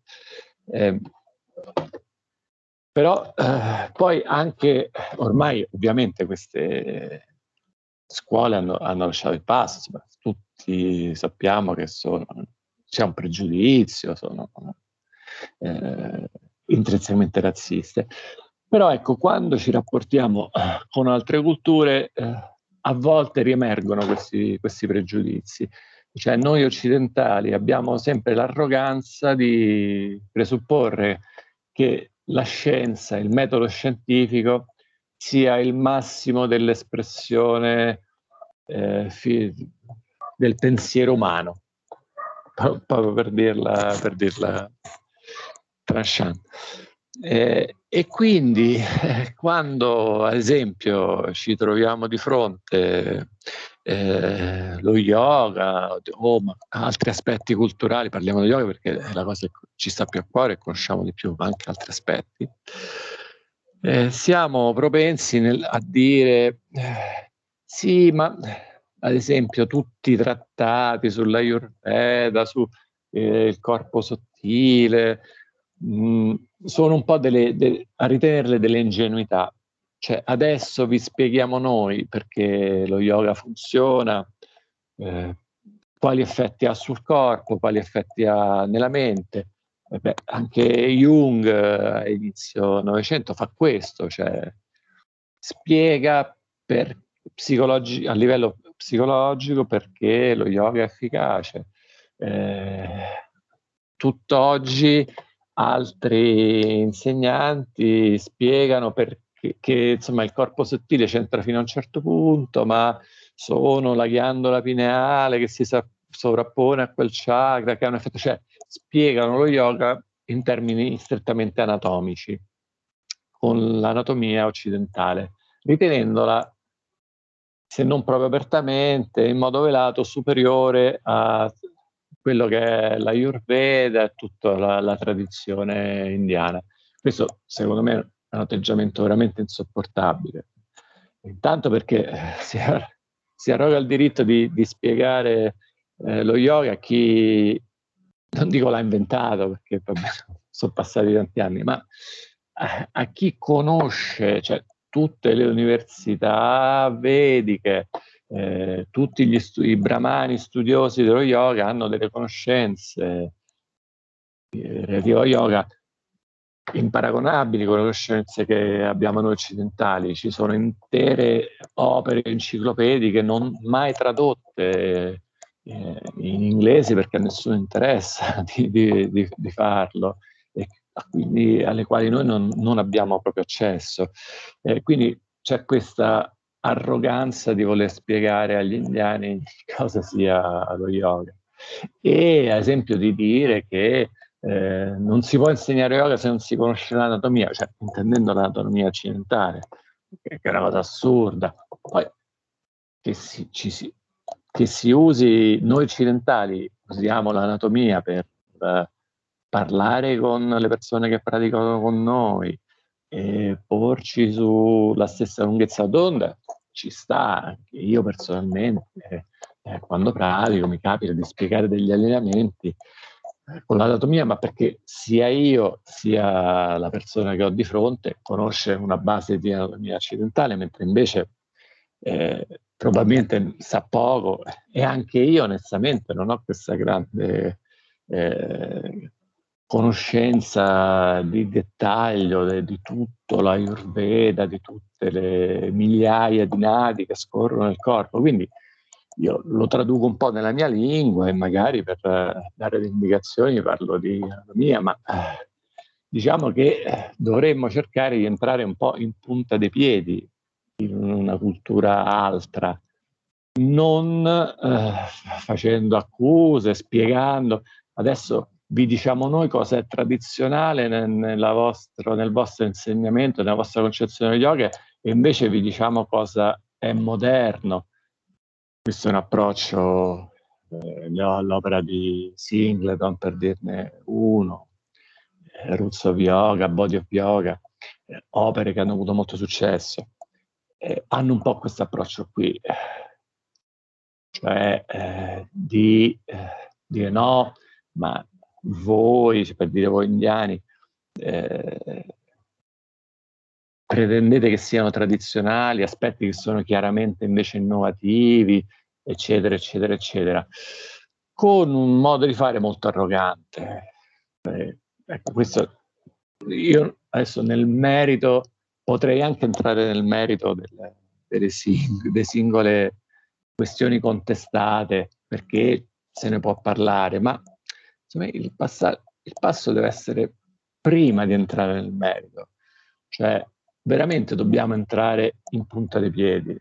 Però poi anche ormai ovviamente queste scuole hanno lasciato il passo, insomma, tutti sappiamo che c'è un pregiudizio, sono intrinsecamente razziste. Però ecco, quando ci rapportiamo con altre culture, a volte riemergono questi pregiudizi. Cioè noi occidentali abbiamo sempre l'arroganza di presupporre che la scienza, il metodo scientifico sia il massimo dell'espressione del pensiero umano, proprio per dirla tranchant. E quindi quando ad esempio ci troviamo di fronte lo yoga o altri aspetti culturali, parliamo di yoga perché è la cosa che ci sta più a cuore e conosciamo di più, ma anche altri aspetti, siamo propensi a dire sì, ma ad esempio tutti i trattati sull'Ayurveda, su il corpo sottile, sono un po' a ritenerle delle ingenuità. Cioè, adesso vi spieghiamo noi perché lo yoga funziona, quali effetti ha sul corpo, quali effetti ha nella mente. Anche Jung a inizio Novecento fa questo, cioè spiega a livello psicologico perché lo yoga è efficace. Tutt'oggi altri insegnanti spiegano che insomma, il corpo sottile c'entra fino a un certo punto, ma sono la ghiandola pineale che si sovrappone a quel chakra che ha un effetto, cioè spiegano lo yoga in termini strettamente anatomici, con l'anatomia occidentale, ritenendola, se non proprio apertamente, in modo velato, superiore a quello che è l'Ayurveda e tutta la tradizione indiana. Questo, secondo me, è un atteggiamento veramente insopportabile. Intanto perché si arroga il diritto di spiegare lo yoga a chi, non dico l'ha inventato, perché vabbè, sono passati tanti anni, ma a chi conosce, cioè, tutte le università vediche, tutti i brahmani studiosi dello yoga hanno delle conoscenze relative allo yoga imparagonabili con le conoscenze che abbiamo noi occidentali. Ci sono intere opere enciclopediche non mai tradotte in inglese perché a nessuno interessa di farlo, e quindi alle quali noi non abbiamo proprio accesso. Quindi c'è questa arroganza di voler spiegare agli indiani cosa sia lo yoga, e ad esempio di dire che non si può insegnare yoga se non si conosce l'anatomia, cioè intendendo l'anatomia occidentale, che è una cosa assurda. Poi che si usi, noi occidentali usiamo l'anatomia per parlare con le persone che praticano con noi e porci sulla stessa lunghezza d'onda, ci sta. Anche io personalmente, quando pratico, mi capita di spiegare degli allenamenti con l'anatomia, ma perché sia io sia la persona che ho di fronte conosce una base di anatomia occidentale, mentre invece probabilmente sa poco, e anche io onestamente non ho questa grande conoscenza di dettaglio di tutto l'Ayurveda, di tutte le migliaia di nadi che scorrono nel corpo, quindi io lo traduco un po' nella mia lingua e magari per dare delle indicazioni parlo di anatomia, ma diciamo che dovremmo cercare di entrare un po' in punta dei piedi in una cultura altra, non facendo accuse, spiegando. Adesso vi diciamo noi cosa è tradizionale nel vostro insegnamento, nella vostra concezione di yoga, e invece vi diciamo cosa è moderno. Questo è un approccio all'opera di Singleton, per dirne uno, Roots of Yoga, Body of Yoga, opere che hanno avuto molto successo. Hanno un po' questo approccio qui, cioè di dire no, ma voi, cioè per dire voi indiani, pretendete che siano tradizionali, aspetti che sono chiaramente invece innovativi, eccetera, eccetera, eccetera, con un modo di fare molto arrogante. Ecco, questo io adesso nel merito potrei anche entrare nel merito delle singole questioni contestate, perché se ne può parlare, ma insomma, il passo deve essere prima di entrare nel merito, cioè veramente dobbiamo entrare in punta dei piedi.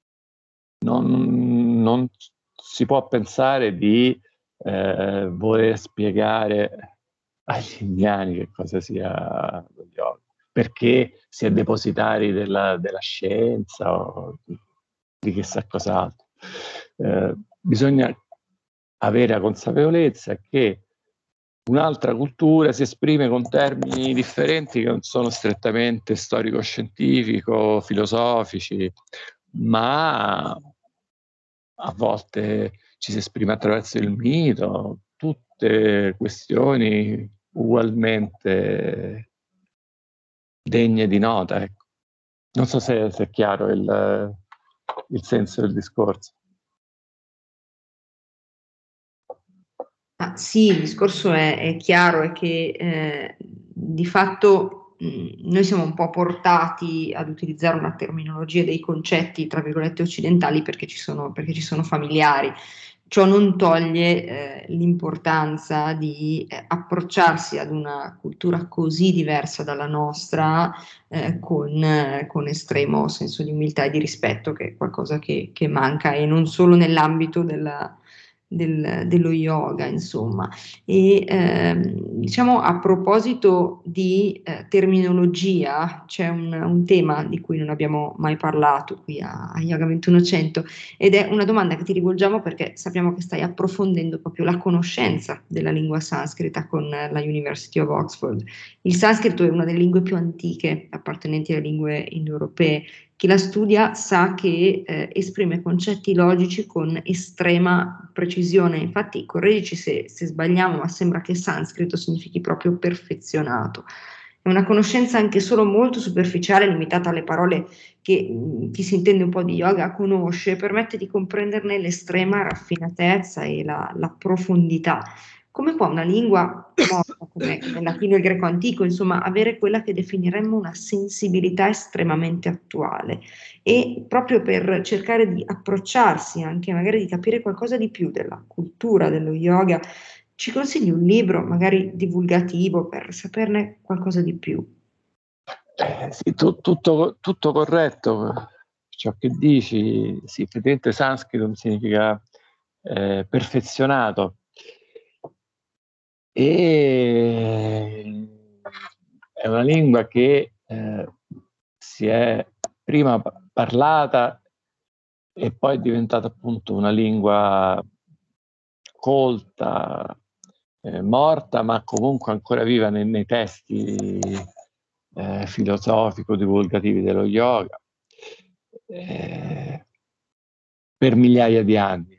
Non si può pensare di voler spiegare agli indiani che cosa sia lo yoga, perché si è depositari della scienza o di chissà cos'altro. Bisogna avere la consapevolezza che un'altra cultura si esprime con termini differenti che non sono strettamente storico-scientifico, filosofici, ma a volte ci si esprime attraverso il mito, tutte questioni ugualmente degne di nota. Ecco. Non so se è chiaro il senso del discorso. Ah, sì, il discorso è chiaro, è che di fatto noi siamo un po' portati ad utilizzare una terminologia, dei concetti, tra virgolette, occidentali perché ci sono familiari. Ciò non toglie l'importanza di approcciarsi ad una cultura così diversa dalla nostra con estremo senso di umiltà e di rispetto, che è qualcosa che manca e non solo nell'ambito dello yoga, insomma. E diciamo a proposito di terminologia, c'è un tema di cui non abbiamo mai parlato qui a Yoga 2100 ed è una domanda che ti rivolgiamo perché sappiamo che stai approfondendo proprio la conoscenza della lingua sanscrita con la University of Oxford. Il sanscrito è una delle lingue più antiche appartenenti alle lingue indoeuropee. Chi la studia sa che esprime concetti logici con estrema precisione. Infatti, correggici se sbagliamo, ma sembra che sanscrito significhi proprio perfezionato. È una conoscenza anche solo molto superficiale, limitata alle parole che chi si intende un po' di yoga conosce, permette di comprenderne l'estrema raffinatezza e la profondità. Come può una lingua morta come il latino e il greco antico, insomma, avere quella che definiremmo una sensibilità estremamente attuale? E proprio per cercare di approcciarsi, anche magari di capire qualcosa di più della cultura dello yoga, ci consigli un libro, magari divulgativo, per saperne qualcosa di più? Sì, tutto corretto ciò che dici. Sì, effettivamente sanscrito significa perfezionato, e è una lingua che si è prima parlata e poi è diventata appunto una lingua colta, morta, ma comunque ancora viva nei testi filosofico-divulgativi dello yoga per migliaia di anni.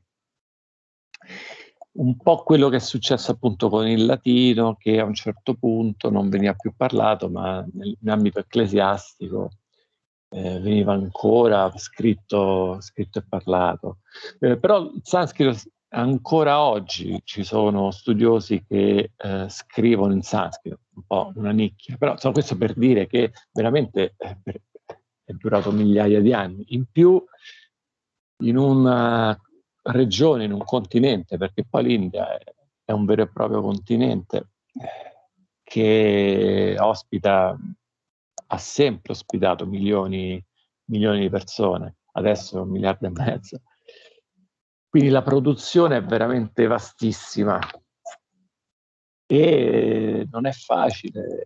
Un po' quello che è successo appunto con il latino, che a un certo punto non veniva più parlato, ma in ambito ecclesiastico veniva ancora scritto e parlato. Però il sanscrito, ancora oggi ci sono studiosi che scrivono in sanscrito, un po' una nicchia, però insomma, questo per dire che veramente è durato migliaia di anni. In più, in una regione, in un continente, perché poi l'India è un vero e proprio continente che ha sempre ospitato milioni di persone, adesso 1,5 miliardi. Quindi la produzione è veramente vastissima e non è facile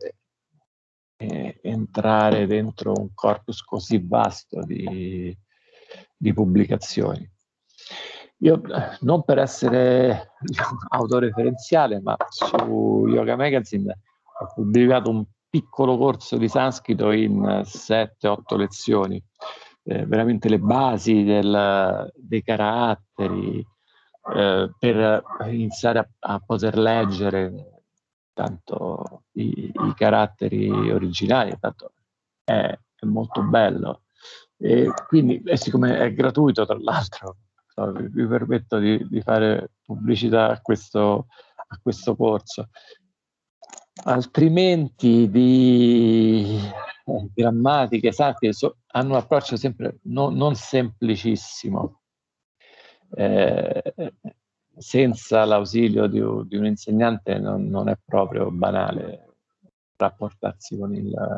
entrare dentro un corpus così vasto di pubblicazioni. Io, non per essere autoreferenziale, ma su Yoga Magazine ho pubblicato un piccolo corso di sanscrito in 7-8 lezioni, veramente le basi dei caratteri, per iniziare a poter leggere tanto i caratteri originali, tanto è molto bello. E quindi, siccome è gratuito, tra l'altro, vi permetto di fare pubblicità a questo corso. Altrimenti di grammatica, esatti, hanno un approccio sempre non semplicissimo. Senza l'ausilio di un insegnante non è proprio banale rapportarsi con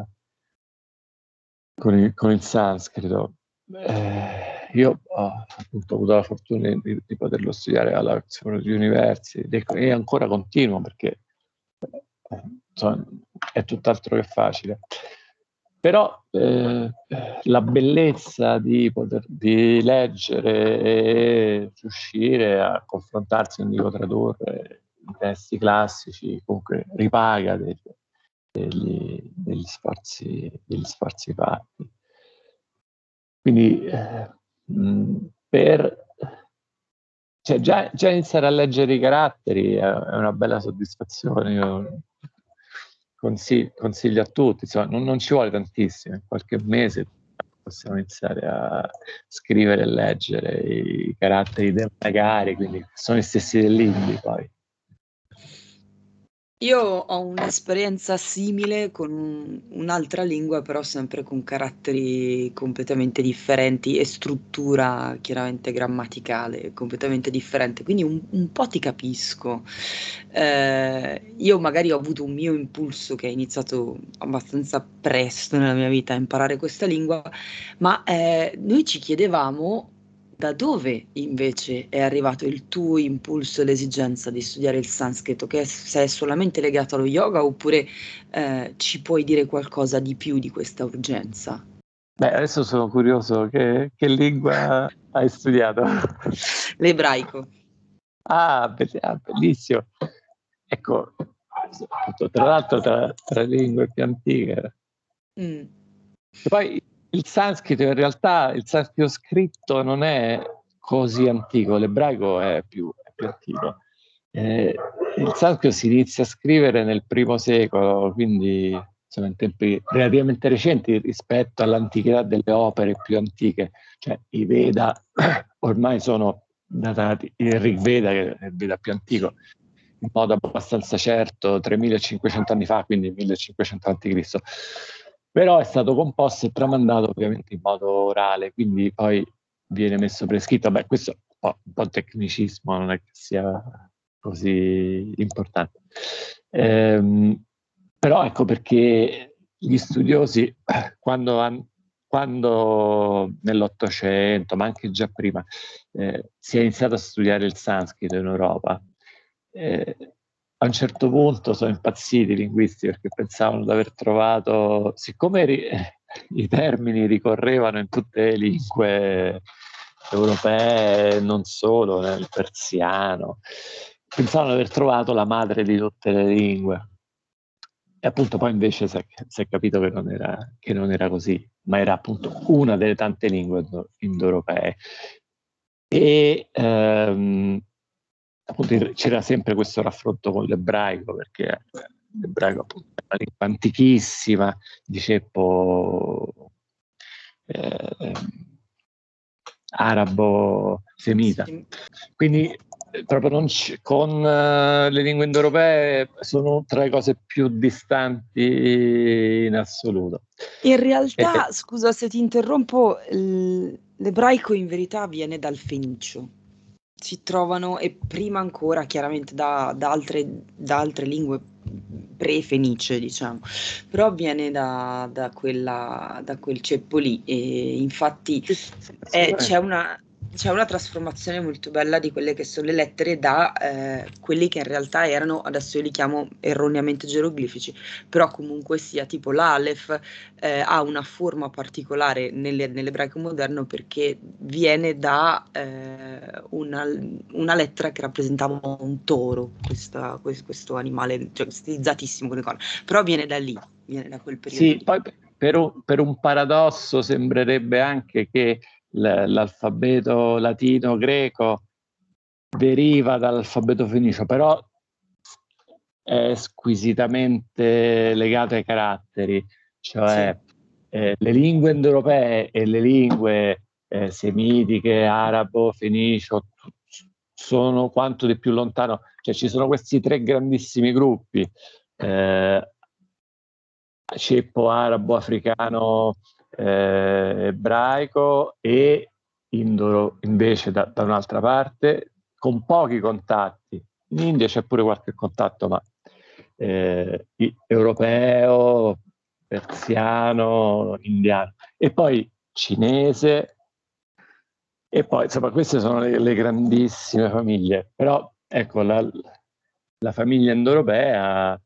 il sanscrito. Io ho appunto avuto la fortuna di poterlo studiare alla Oxford University e ancora continuo perché insomma, è tutt'altro che facile. Però la bellezza di leggere e riuscire a confrontarsi, non dico tradurre, i testi classici, comunque ripaga degli sforzi fatti. Quindi cioè già iniziare a leggere i caratteri è una bella soddisfazione. Io consiglio a tutti, insomma, non ci vuole tantissimo, in qualche mese possiamo iniziare a scrivere e leggere i caratteri dei magari, quindi sono gli stessi dell'Indi poi. Io ho un'esperienza simile con un'altra lingua, però sempre con caratteri completamente differenti e struttura chiaramente grammaticale completamente differente, quindi un po' ti capisco. Io magari ho avuto un mio impulso che è iniziato abbastanza presto nella mia vita a imparare questa lingua, ma noi ci chiedevamo da dove invece è arrivato il tuo impulso e l'esigenza di studiare il sanscrito, che se è solamente legato allo yoga oppure ci puoi dire qualcosa di più di questa urgenza? Beh, adesso sono curioso, che lingua hai studiato? L'ebraico. Bellissimo. Ecco, appunto, tra l'altro tra le lingue più antiche. Mm. E poi il sanscrito, in realtà, il sanscrito scritto non è così antico, l'ebraico è più antico. Il sanscrito si inizia a scrivere nel I secolo, quindi insomma, in tempi relativamente recenti rispetto all'antichità delle opere più antiche. Cioè i Veda ormai sono datati, il Rig Veda, che è il Veda più antico, in modo abbastanza certo 3500 anni fa, quindi 1500 a.C. Però è stato composto e tramandato ovviamente in modo orale, quindi poi viene messo per iscritto. Beh, questo è un po' tecnicismo, non è che sia così importante. Però ecco perché gli studiosi, quando nell'Ottocento, ma anche già prima, si è iniziato a studiare il sanscrito in Europa, a un certo punto sono impazziti i linguisti perché pensavano di aver trovato, siccome i termini ricorrevano in tutte le lingue europee, non solo nel persiano, pensavano di aver trovato la madre di tutte le lingue. E appunto poi invece si è capito che non era così, ma era appunto una delle tante lingue indoeuropee. E appunto c'era sempre questo raffronto con l'ebraico, perché l'ebraico appunto è una lingua antichissima, di ceppo arabo-semita. Sì. Quindi proprio con le lingue indoeuropee sono tra le cose più distanti in assoluto. In realtà, scusa se ti interrompo, l'ebraico in verità viene dal fenicio. Si trovano, e prima ancora chiaramente da altre lingue pre-fenice, diciamo, però viene da quel ceppo lì, e infatti c'è una trasformazione molto bella di quelle che sono le lettere da quelli che in realtà erano, adesso io li chiamo erroneamente geroglifici, però comunque sia tipo l'Aleph ha una forma particolare nell'ebraico moderno perché viene da una lettera che rappresentava un toro, questo animale, cioè, stilizzatissimo con le corna, però viene da lì, viene da quel periodo Sì, lì. poi per un paradosso sembrerebbe anche che l'alfabeto latino-greco deriva dall'alfabeto fenicio, però è squisitamente legato ai caratteri, cioè le lingue indoeuropee e le lingue semitiche, arabo, fenicio, sono quanto di più lontano, cioè ci sono questi tre grandissimi gruppi, ceppo arabo, africano, ebraico e indoro invece da un'altra parte, con pochi contatti. In India c'è pure qualche contatto, ma europeo, persiano, indiano, e poi cinese, e poi insomma queste sono le grandissime famiglie. Però ecco, la famiglia indoeuropea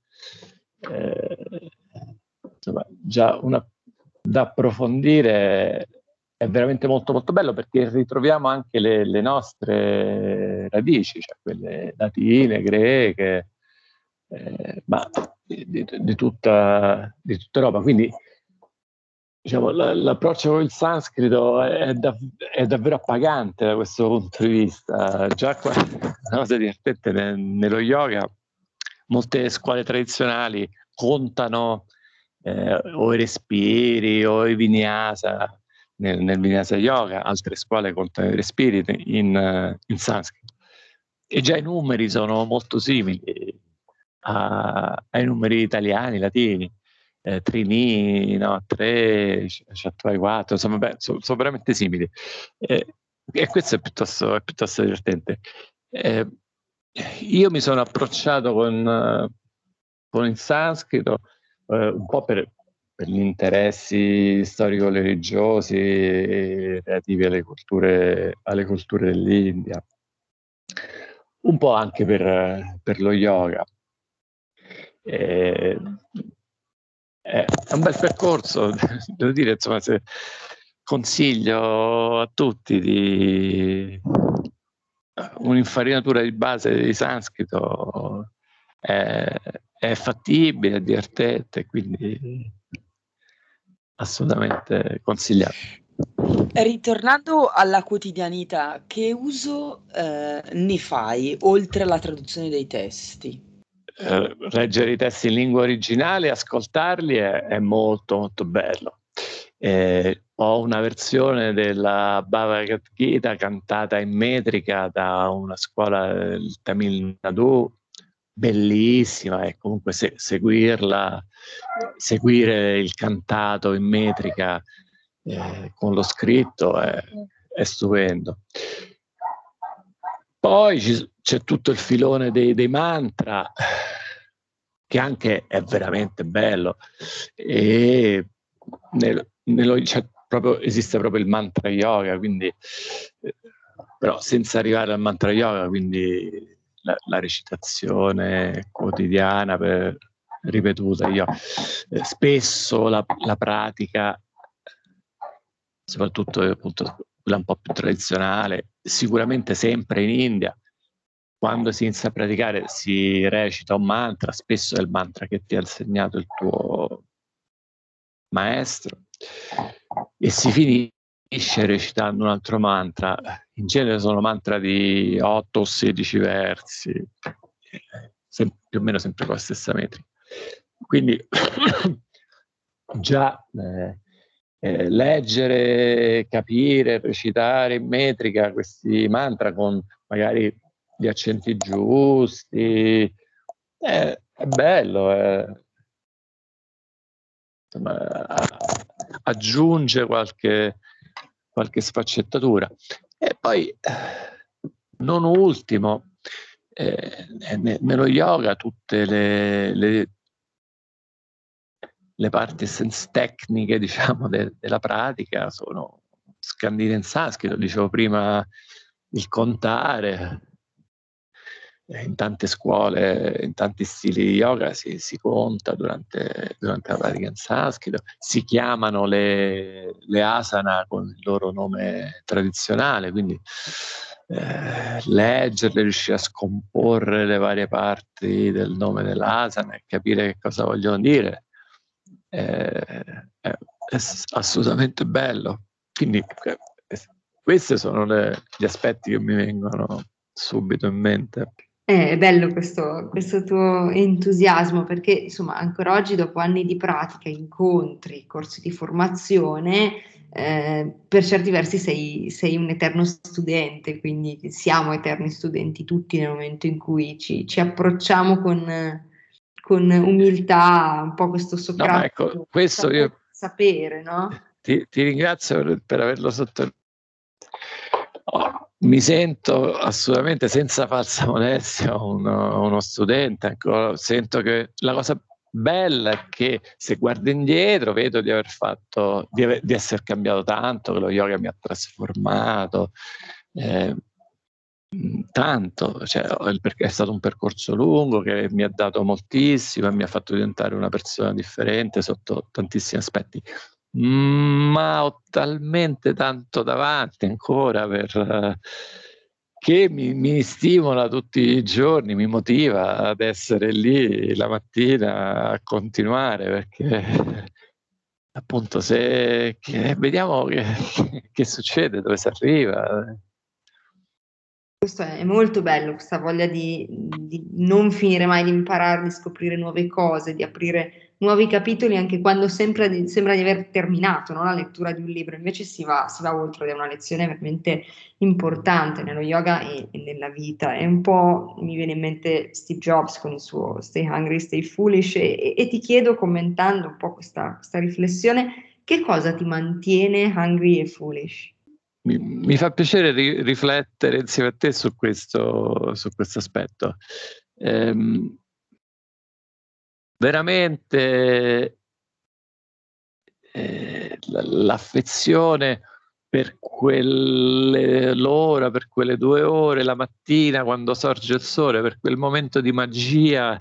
insomma, già da approfondire, è veramente molto molto bello, perché ritroviamo anche le nostre radici, cioè quelle latine, greche, ma di tutta Europa. Quindi diciamo, l'approccio con il sanscrito è davvero appagante da questo punto di vista. Già una cosa divertente nello yoga, molte scuole tradizionali contano o i respiri o i vinyasa nel vinyasa yoga, altre scuole contano i respiri in sanscrito. E già i numeri sono molto simili ai numeri italiani, latini, trini, no, 3, c'è 4, insomma, sono veramente simili. E questo è piuttosto divertente. Io mi sono approcciato con il sanscrito un po' per gli interessi storico-religiosi relativi alle culture dell'India, un po' anche per lo yoga. È un bel percorso, devo dire, insomma, se consiglio a tutti di un'infarinatura di base di sanscrito, è fattibile, è divertente, quindi assolutamente consigliato. Ritornando alla quotidianità, che uso ne fai oltre alla traduzione dei testi? Leggere i testi in lingua originale, ascoltarli è molto molto bello. Ho una versione della Bhagavad Gita cantata in metrica da una scuola del Tamil Nadu, bellissima, e comunque seguire il cantato in metrica con lo scritto è stupendo. Poi c'è tutto il filone dei mantra, che anche è veramente bello, e esiste proprio il mantra yoga, quindi, però senza arrivare al mantra yoga, quindi la recitazione quotidiana ripetuta. Io spesso la pratica, soprattutto appunto quella un po' più tradizionale, sicuramente sempre in India, quando si inizia a praticare si recita un mantra, spesso è il mantra che ti ha insegnato il tuo maestro, e si finisce recitando un altro mantra. In genere sono mantra di 8 o 16 versi, più o meno sempre con la stessa metrica. Quindi già leggere, capire, recitare in metrica questi mantra con magari gli accenti giusti, è bello, insomma, aggiunge qualche sfaccettatura. E poi, non ultimo, nello yoga tutte le parti tecniche, diciamo, della pratica sono scandite in sanscrito. Dicevo prima, il contare. In tante scuole, in tanti stili di yoga si conta durante la pratica in sanscrito. Si chiamano le asana con il loro nome tradizionale, quindi leggerle, riuscire a scomporre le varie parti del nome dell'asana e capire che cosa vogliono dire è assolutamente bello. Quindi questi sono gli aspetti che mi vengono subito in mente. È bello questo tuo entusiasmo, perché insomma ancora oggi, dopo anni di pratica, incontri, corsi di formazione, per certi versi sei un eterno studente, quindi siamo eterni studenti tutti nel momento in cui ci approcciamo con umiltà, un po' questo Socrate, no, ecco, questo io sapere, no? Ti ringrazio per averlo sottolineato. Mi sento assolutamente, senza falsa modestia, uno studente. Ecco, sento che la cosa bella è che se guardo indietro vedo di di essere cambiato tanto, che lo yoga mi ha trasformato tanto, cioè, è stato un percorso lungo che mi ha dato moltissimo e mi ha fatto diventare una persona differente sotto tantissimi aspetti. Ma ho talmente tanto davanti ancora che mi stimola tutti i giorni, mi motiva ad essere lì la mattina a continuare, perché appunto vediamo che succede, dove si arriva. Questo è molto bello, questa voglia di non finire mai di imparare, di scoprire nuove cose, di aprire nuovi capitoli anche quando sembra di aver terminato, no, la lettura di un libro, invece si va oltre, ed è una lezione veramente importante nello yoga e nella vita. È un po', mi viene in mente Steve Jobs con il suo Stay Hungry, Stay Foolish, e ti chiedo, commentando un po' questa riflessione, che cosa ti mantiene hungry e foolish? Mi fa piacere riflettere insieme a te su questo aspetto. Veramente l'affezione per l'ora, per quelle 2 ore la mattina quando sorge il sole, per quel momento di magia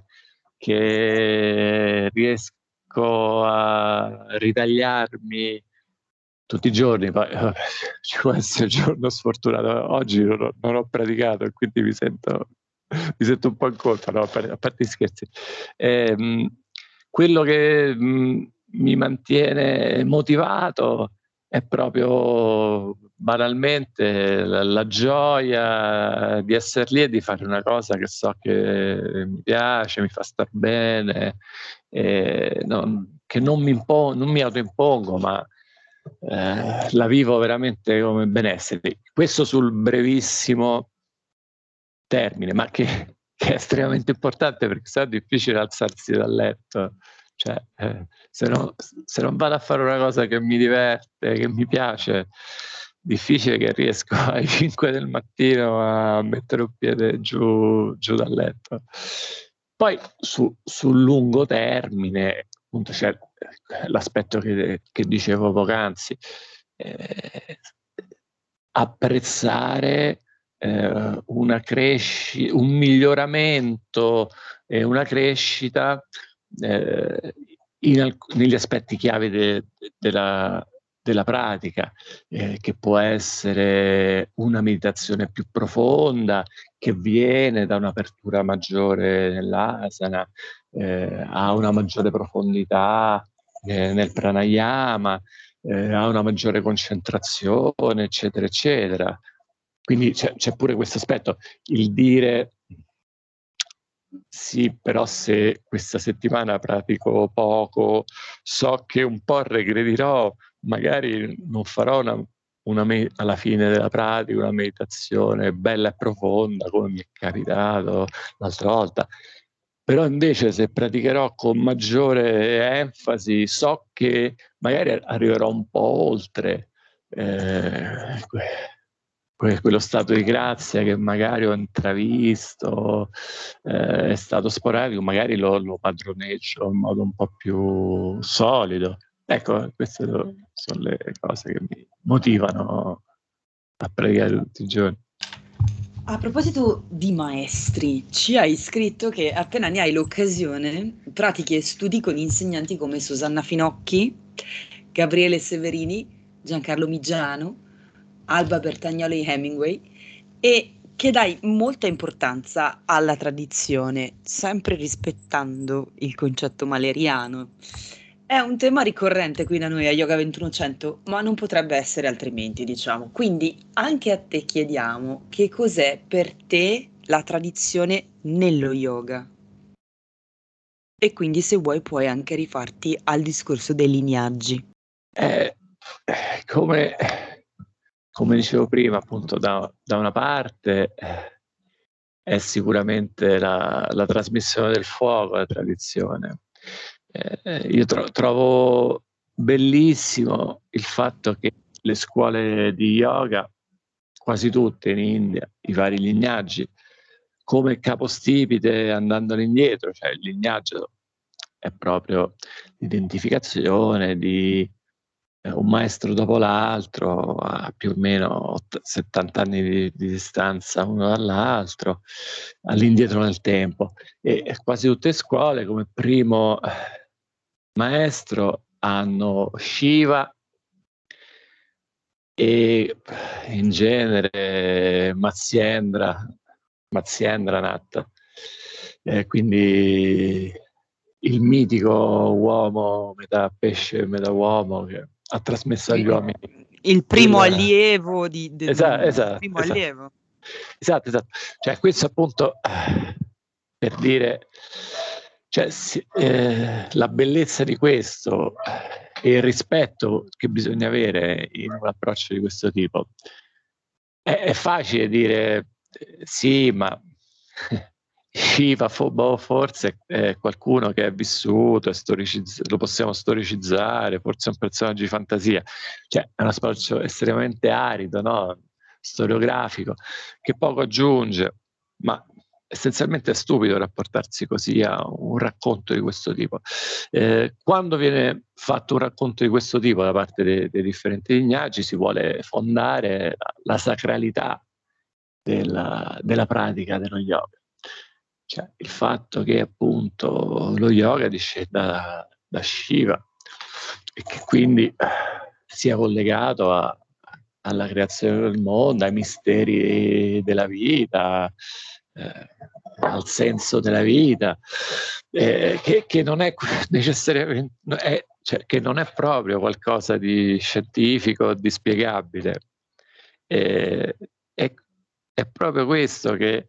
che riesco a ritagliarmi tutti i giorni. Poi ci può essere il giorno sfortunato, oggi non ho praticato e quindi mi sento un po' in colpa, no? A parte gli scherzi. Quello che mi mantiene motivato è proprio banalmente la gioia di essere lì e di fare una cosa che so che mi piace, mi fa star bene, che non mi autoimpongo, ma la vivo veramente come benessere. Questo sul brevissimo termine, ma che è estremamente importante, perché sennò è difficile alzarsi dal letto. Cioè, se non vado a fare una cosa che mi diverte, che mi piace, difficile che riesco alle 5 del mattino a mettere un piede giù dal letto. Poi sul lungo termine, appunto, c'è l'aspetto che dicevo poc'anzi, apprezzare un miglioramento e una crescita negli aspetti chiave della pratica, che può essere una meditazione più profonda che viene da un'apertura maggiore nell'asana, a una maggiore profondità nel pranayama, a una maggiore concentrazione, eccetera, eccetera. Quindi c'è pure questo aspetto, il dire sì, però se questa settimana pratico poco, so che un po' regredirò, magari non farò alla fine della pratica una meditazione bella e profonda come mi è capitato l'altra volta. Però invece se praticherò con maggiore enfasi, so che magari arriverò un po' oltre quello stato di grazia che magari ho intravisto, è stato sporadico, magari lo padroneggio in modo un po' più solido. Ecco, queste sono le cose che mi motivano a praticare tutti i giorni. A proposito di maestri, ci hai scritto che appena ne hai l'occasione pratichi e studi con insegnanti come Susanna Finocchi, Gabriele Severini, Giancarlo Migiano, Alba Bertagnoli Hemingway, e che dai molta importanza alla tradizione, sempre rispettando il concetto maleriano. È un tema ricorrente qui da noi a Yoga 2100, ma non potrebbe essere altrimenti, diciamo. Quindi anche a te chiediamo che cos'è per te la tradizione nello yoga. E quindi se vuoi puoi anche rifarti al discorso dei lignaggi. Come dicevo prima, appunto, da una parte è sicuramente la trasmissione del fuoco, la tradizione. Io trovo bellissimo il fatto che le scuole di yoga, quasi tutte in India, i vari lignaggi, come capostipite andando indietro, cioè il lignaggio è proprio l'identificazione di un maestro dopo l'altro, a più o meno 70 anni di distanza uno dall'altro, all'indietro nel tempo. E quasi tutte le scuole come primo maestro hanno Shiva e in genere Matsyendranath, quindi il mitico uomo metà pesce metà uomo che ha trasmesso agli uomini il primo allievo esatto. allievo. Esatto. Cioè questo appunto per dire Cioè, la bellezza di questo e il rispetto che bisogna avere in un approccio di questo tipo. È facile dire sì, ma Shiva forse è qualcuno che è vissuto, lo possiamo storicizzare, forse è un personaggio di fantasia. Cioè, è un approccio estremamente arido, no? Storiografico, che poco aggiunge, ma essenzialmente è stupido rapportarsi così a un racconto di questo tipo. Quando viene fatto un racconto di questo tipo da parte dei differenti lignaggi, si vuole fondare la sacralità della pratica dello yoga. Cioè, il fatto che appunto lo yoga discenda da Shiva e che quindi sia collegato alla creazione del mondo, ai misteri della vita, al senso della vita, che non è necessariamente, cioè, che non è proprio qualcosa di scientifico, di spiegabile. È proprio questo che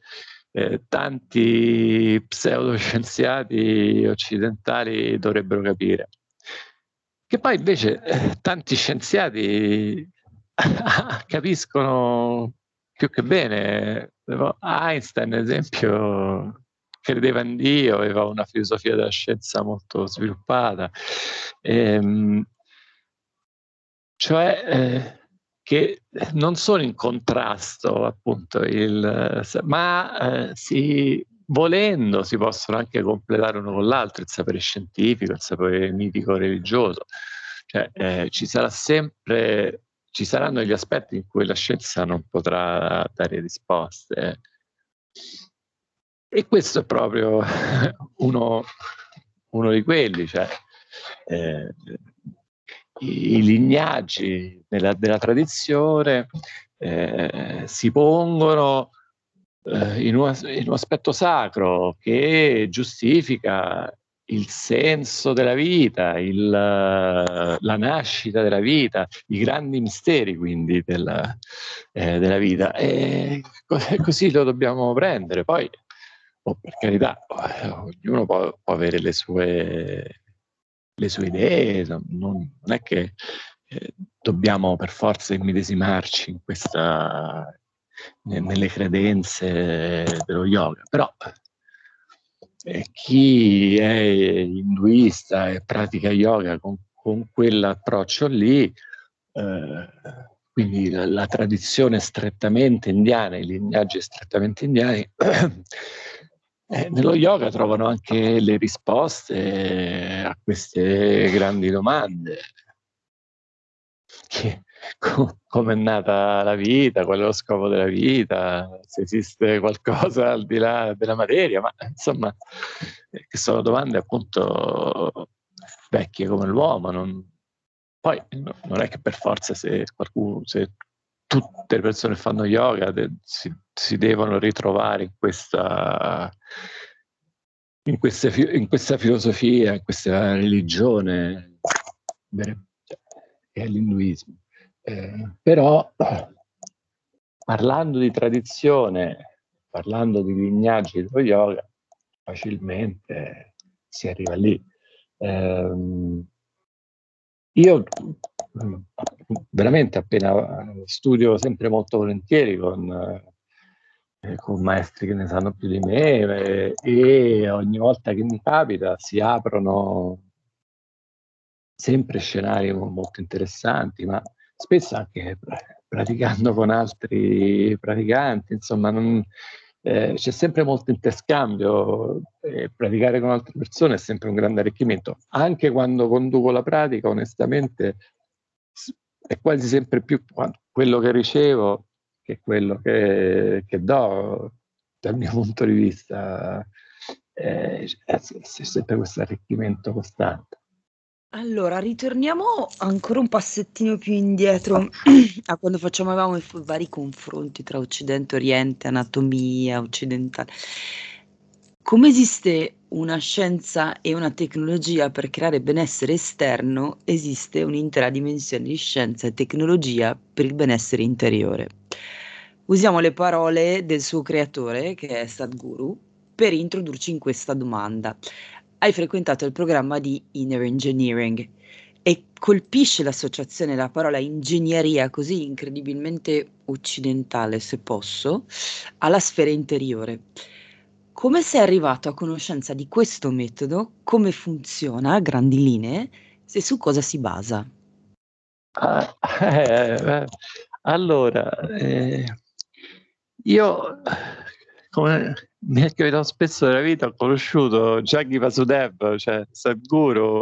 tanti pseudoscienziati occidentali dovrebbero capire. Che poi invece tanti scienziati capiscono più che bene. Einstein, ad esempio, credeva in Dio, aveva una filosofia della scienza molto sviluppata. Cioè che non sono in contrasto, appunto, ma volendo si possono anche completare uno con l'altro, il sapere scientifico, il sapere mitico religioso. Cioè, ci saranno degli aspetti in cui la scienza non potrà dare risposte. E questo è proprio uno di quelli, cioè i lignaggi della tradizione si pongono in un aspetto sacro che giustifica il senso della vita, la nascita della vita, i grandi misteri quindi della vita. E così lo dobbiamo prendere. Poi, per carità, ognuno può avere le sue idee, non è che dobbiamo per forza immedesimarci nelle credenze dello yoga, però chi è induista e pratica yoga con quell'approccio lì, quindi la tradizione strettamente indiana, i lignaggi strettamente indiani, nello yoga trovano anche le risposte a queste grandi domande. Come è nata la vita, qual è lo scopo della vita, se esiste qualcosa al di là della materia, ma insomma, che sono domande appunto vecchie come l'uomo. Poi non è che per forza se tutte le persone che fanno yoga si devono ritrovare in questa filosofia, in questa religione, che è l'induismo. Però parlando di tradizione, parlando di lignaggi dello yoga, facilmente si arriva lì. Io veramente appena studio sempre molto volentieri con maestri che ne sanno più di me e ogni volta che mi capita si aprono sempre scenari molto interessanti, ma spesso anche praticando con altri praticanti, insomma, c'è sempre molto interscambio. Praticare con altre persone è sempre un grande arricchimento. Anche quando conduco la pratica, onestamente, è quasi sempre più quello che ricevo che quello che do, dal mio punto di vista. C'è sempre questo arricchimento costante. Allora, ritorniamo ancora un passettino più indietro a quando facevamo i vari confronti tra Occidente e Oriente, anatomia occidentale. Come esiste una scienza e una tecnologia per creare benessere esterno, esiste un'intera dimensione di scienza e tecnologia per il benessere interiore. Usiamo le parole del suo creatore, che è Sadhguru, per introdurci in questa domanda. hai frequentato il programma di Inner Engineering e colpisce l'associazione, la parola ingegneria così incredibilmente occidentale, se posso, alla sfera interiore. Come sei arrivato a conoscenza di questo metodo, come funziona a grandi linee, e su cosa si basa? Ah, allora, io, come mi è capitato spesso nella vita, ho conosciuto Jaggi Vasudev, cioè Sadhguru,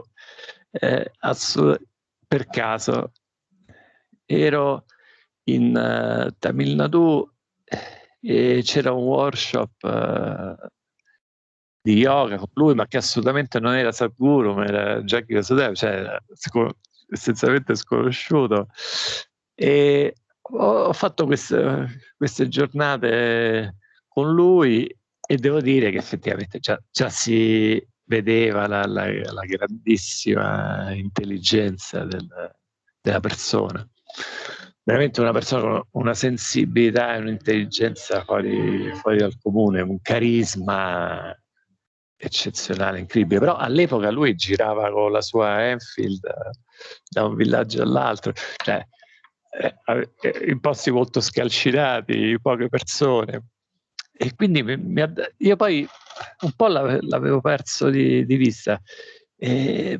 per caso. Ero in Tamil Nadu e c'era un workshop di yoga con lui, ma che assolutamente non era Sadhguru, ma era Jaggi Vasudev, cioè era essenzialmente sconosciuto. E ho fatto queste giornate con lui e devo dire che effettivamente già si vedeva la grandissima intelligenza della persona. Veramente una persona con una sensibilità e un'intelligenza fuori dal comune, un carisma eccezionale, incredibile. Però all'epoca lui girava con la sua Enfield da un villaggio all'altro, cioè in posti molto scalcinati, poche persone. E quindi io poi un po' l'avevo perso di vista. E,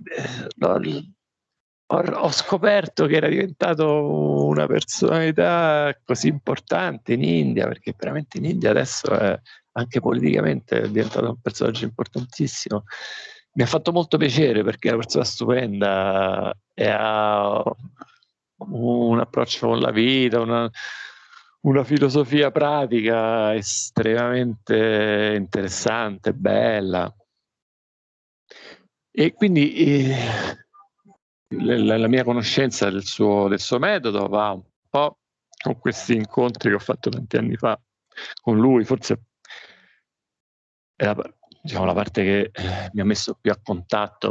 ho scoperto che era diventato una personalità così importante in India, perché veramente in India adesso anche politicamente è diventato un personaggio importantissimo. Mi ha fatto molto piacere perché è una persona stupenda e ha un approccio con la vita, una filosofia pratica estremamente interessante, bella. E quindi la mia conoscenza del suo metodo va un po' con questi incontri che ho fatto tanti anni fa con lui, forse è la parte che mi ha messo più a contatto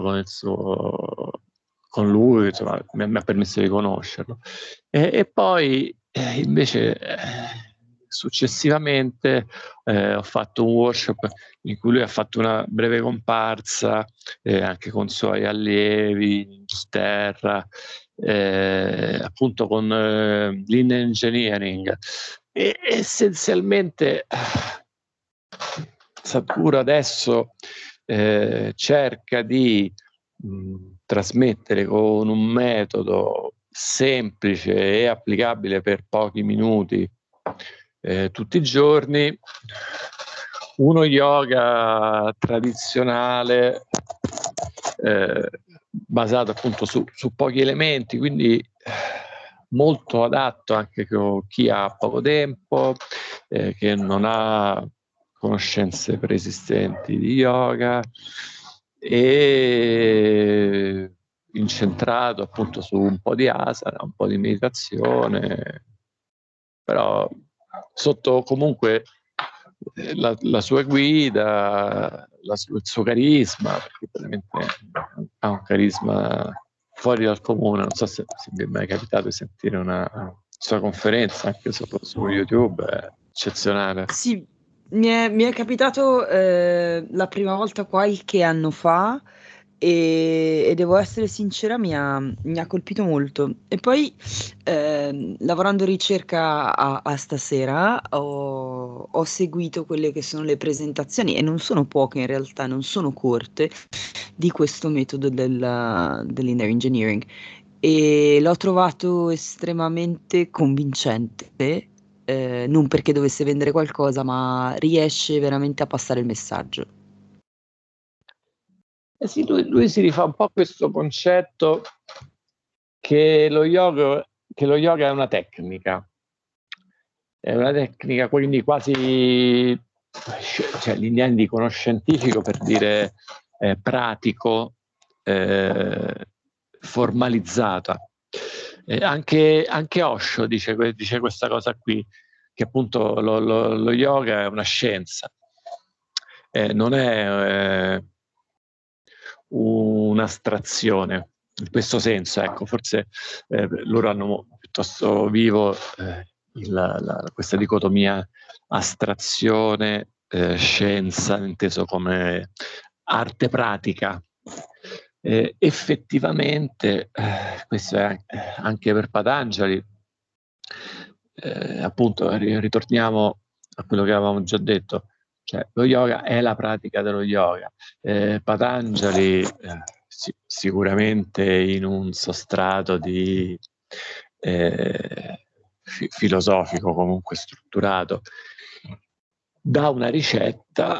con lui, insomma, mi ha permesso di conoscerlo. E poi invece successivamente ho fatto un workshop in cui lui ha fatto una breve comparsa anche con suoi allievi in Inghilterra, appunto con Lean Engineering. E essenzialmente Sadhguru adesso cerca di trasmettere con un metodo semplice e applicabile per pochi minuti tutti i giorni uno yoga tradizionale basato appunto su pochi elementi, quindi molto adatto anche a chi ha poco tempo, che non ha conoscenze preesistenti di yoga e incentrato appunto su un po' di asana, un po' di meditazione, però sotto comunque la sua guida, il suo carisma, perché veramente ha un carisma fuori dal comune. Non so se vi è mai capitato di sentire una sua conferenza anche su YouTube, è eccezionale. Sì, mi è capitato la prima volta qualche anno fa e devo essere sincera, mi ha colpito molto. E poi lavorando in ricerca a stasera ho seguito quelle che sono le presentazioni e non sono poche in realtà, non sono corte, di questo metodo dell'inner engineering e l'ho trovato estremamente convincente, non perché dovesse vendere qualcosa, ma riesce veramente a passare il messaggio. Sì, lui si rifà un po' a questo concetto che lo yoga è una tecnica. È una tecnica quindi quasi, cioè gli indiani dicono scientifico per dire pratico, formalizzata. Anche Osho dice questa cosa qui, che appunto lo yoga è una scienza, non è un'astrazione. In questo senso, ecco, forse loro hanno piuttosto vivo questa dicotomia astrazione, scienza, inteso come arte pratica. Effettivamente, questo è anche per Patanjali, appunto ritorniamo a quello che avevamo già detto, cioè lo yoga è la pratica dello yoga. Patanjali sicuramente in un sostrato di filosofico, comunque strutturato, dà una ricetta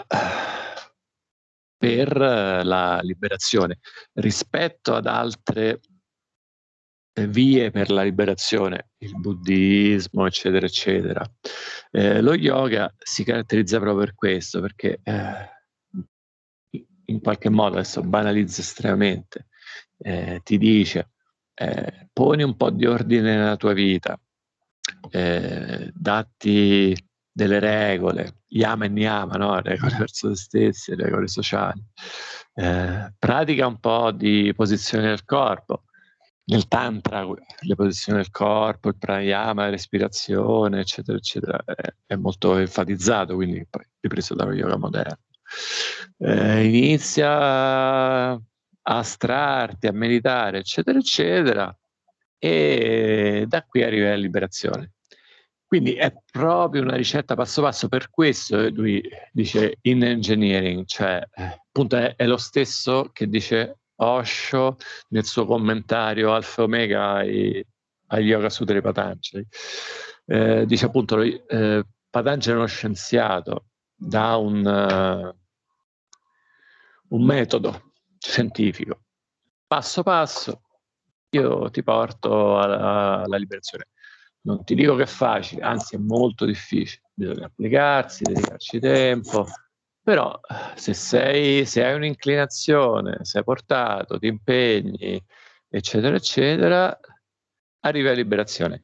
per la liberazione rispetto ad altre vie per la liberazione, il buddismo, eccetera, eccetera. Lo yoga si caratterizza proprio per questo, perché in qualche modo, adesso banalizza estremamente, ti dice poni un po' di ordine nella tua vita, datti delle regole, yama e niyama, no? Regole verso te stessi, regole sociali, pratica un po' di posizione del corpo. Nel tantra le posizioni del corpo, il pranayama, la respirazione, eccetera, eccetera, è molto enfatizzato, quindi poi ripreso dallo yoga moderno. Inizia a astrarti, a meditare, eccetera, eccetera, e da qui arriva la liberazione. Quindi è proprio una ricetta passo passo, per questo lui dice in engineering, cioè appunto è lo stesso che dice Osho nel suo commentario Alfa e Omega agli Yoga Sutra di Patanjali. Dice appunto Patanjali è uno scienziato, dà un metodo scientifico, passo passo io ti porto alla liberazione. Non ti dico che è facile, anzi è molto difficile, bisogna applicarsi, dedicarci tempo, però se hai un'inclinazione, sei portato, ti impegni, eccetera, eccetera, arriva alla liberazione.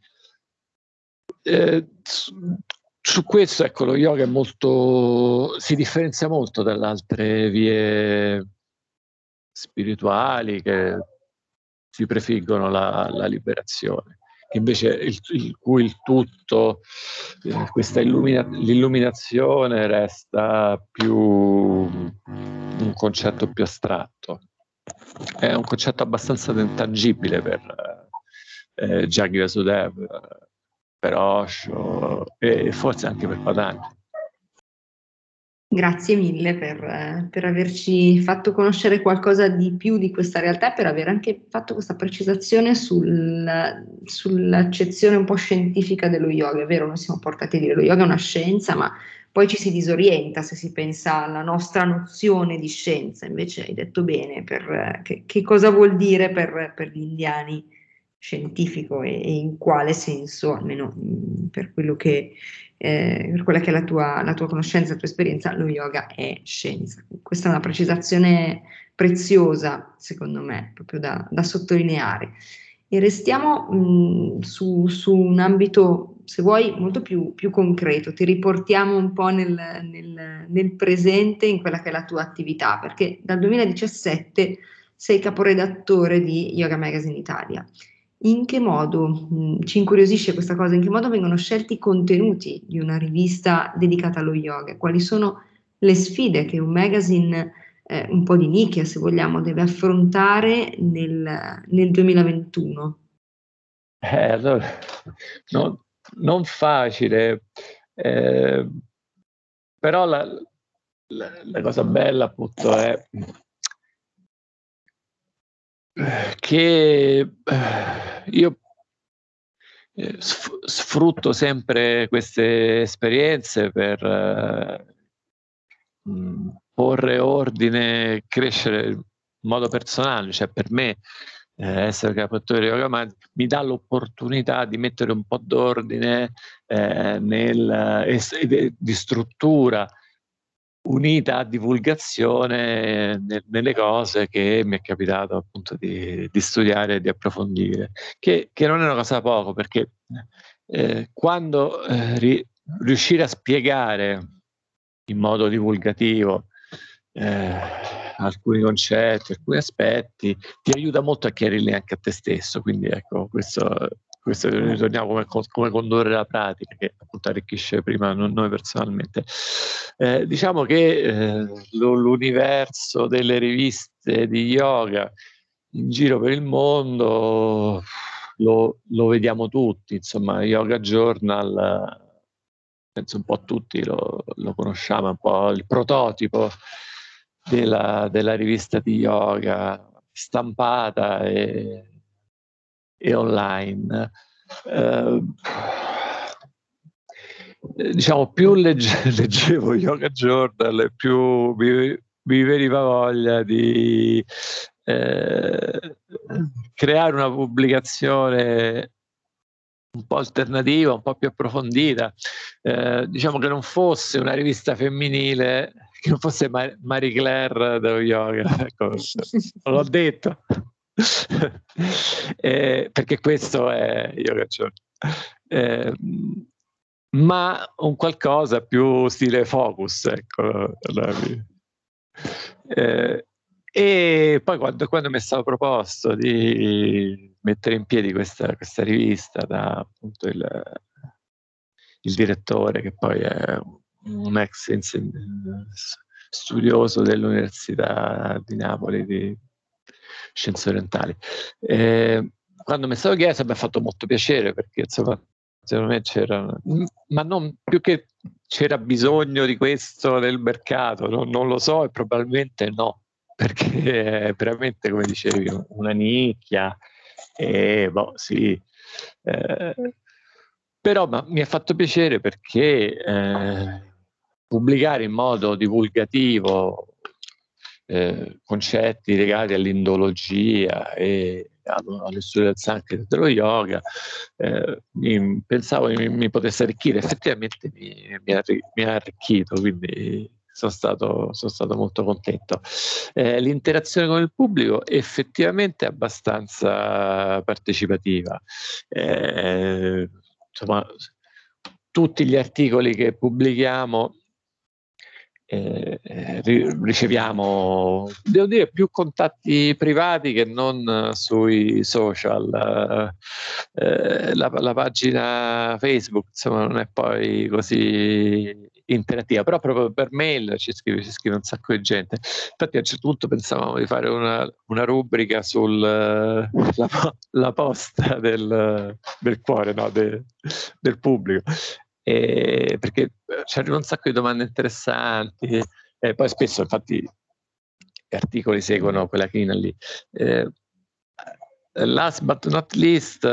Su questo, ecco, lo yoga si differenzia molto dalle altre vie spirituali che si prefiggono la liberazione, che invece il tutto, l'illuminazione resta più un concetto più astratto. È un concetto abbastanza intangibile per Jaggi Vasudev, per Osho e forse anche per Patanjali. Grazie mille per averci fatto conoscere qualcosa di più di questa realtà e per aver anche fatto questa precisazione sull'accezione un po' scientifica dello yoga. È vero, noi siamo portati a dire lo yoga è una scienza, ma poi ci si disorienta se si pensa alla nostra nozione di scienza. Invece hai detto bene che cosa vuol dire per gli indiani scientifico e in quale senso, almeno per quello che per quella che è la tua conoscenza, la tua esperienza, lo yoga è scienza. Questa è una precisazione preziosa, secondo me, proprio da sottolineare. E restiamo su un ambito, se vuoi, molto più concreto. Ti riportiamo un po' nel presente, in quella che è la tua attività, perché dal 2017 sei caporedattore di Yoga Magazine Italia. In che modo, ci incuriosisce questa cosa, in che modo vengono scelti i contenuti di una rivista dedicata allo yoga? Quali sono le sfide che un magazine un po' di nicchia, se vogliamo, deve affrontare nel 2021? Allora, non facile, però la cosa bella appunto è che io sfrutto sempre queste esperienze per porre ordine, crescere in modo personale, cioè per me essere caporedattore di Yoga Magazine mi dà l'opportunità di mettere un po' d'ordine di struttura unita a divulgazione nelle cose che mi è capitato appunto di studiare e di approfondire, che non è una cosa da poco, perché quando riuscire a spiegare in modo divulgativo alcuni concetti, alcuni aspetti, ti aiuta molto a chiarirli anche a te stesso, quindi ecco, questo questo ritorniamo come condurre la pratica, che appunto arricchisce prima noi personalmente. Diciamo che l'universo delle riviste di yoga in giro per il mondo lo vediamo tutti, insomma, Yoga Journal, penso un po' tutti lo conosciamo, un po' il prototipo della rivista di yoga stampata e online. Diciamo, più leggevo Yoga Journal, più mi veniva voglia di creare una pubblicazione un po' alternativa, un po' più approfondita, diciamo che non fosse una rivista femminile, che non fosse Marie Claire dello yoga, ecco, non l'ho detto. Perché questo è Yoga Journal. Ma un qualcosa più stile Focus, ecco. E poi quando mi è stato proposto di mettere in piedi questa rivista da appunto il direttore, che poi è un ex studioso dell'Università di Napoli di Scienze Orientali, quando mi è stato chiesto mi ha fatto molto piacere, perché insomma secondo me c'era, ma non più che c'era bisogno di questo nel mercato, non lo so, e probabilmente no, perché è veramente, come dicevi, una nicchia, e boh, sì, però mi ha fatto piacere perché pubblicare in modo divulgativo concetti legati all'indologia e alle studi del Sanskrit e dello yoga, pensavo mi potesse arricchire. Effettivamente mi ha arricchito, quindi sono stato molto contento. L'interazione con il pubblico effettivamente è abbastanza partecipativa. Insomma, tutti gli articoli che pubblichiamo riceviamo, devo dire, più contatti privati che non sui social. La pagina Facebook, insomma, non è poi così interattiva, però proprio per mail ci scrive un sacco di gente. Infatti a un certo punto pensavamo di fare una rubrica sulla posta del cuore, no? Del pubblico. Perché ci arrivano un sacco di domande interessanti, poi spesso infatti gli articoli seguono quella china lì. Last but not least,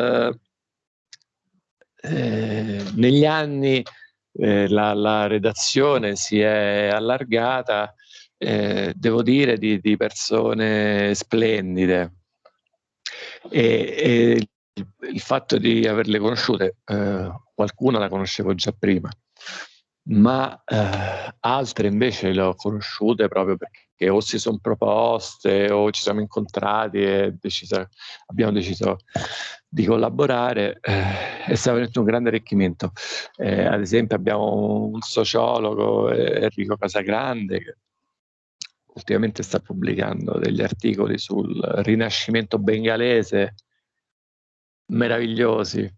negli anni la redazione si è allargata, devo dire, di persone splendide, e il fatto di averle conosciute, qualcuna la conoscevo già prima, ma altre invece le ho conosciute proprio perché o si sono proposte o ci siamo incontrati e abbiamo deciso di collaborare. È stato veramente un grande arricchimento. Ad esempio abbiamo un sociologo, Enrico Casagrande, che ultimamente sta pubblicando degli articoli sul rinascimento bengalese meravigliosi,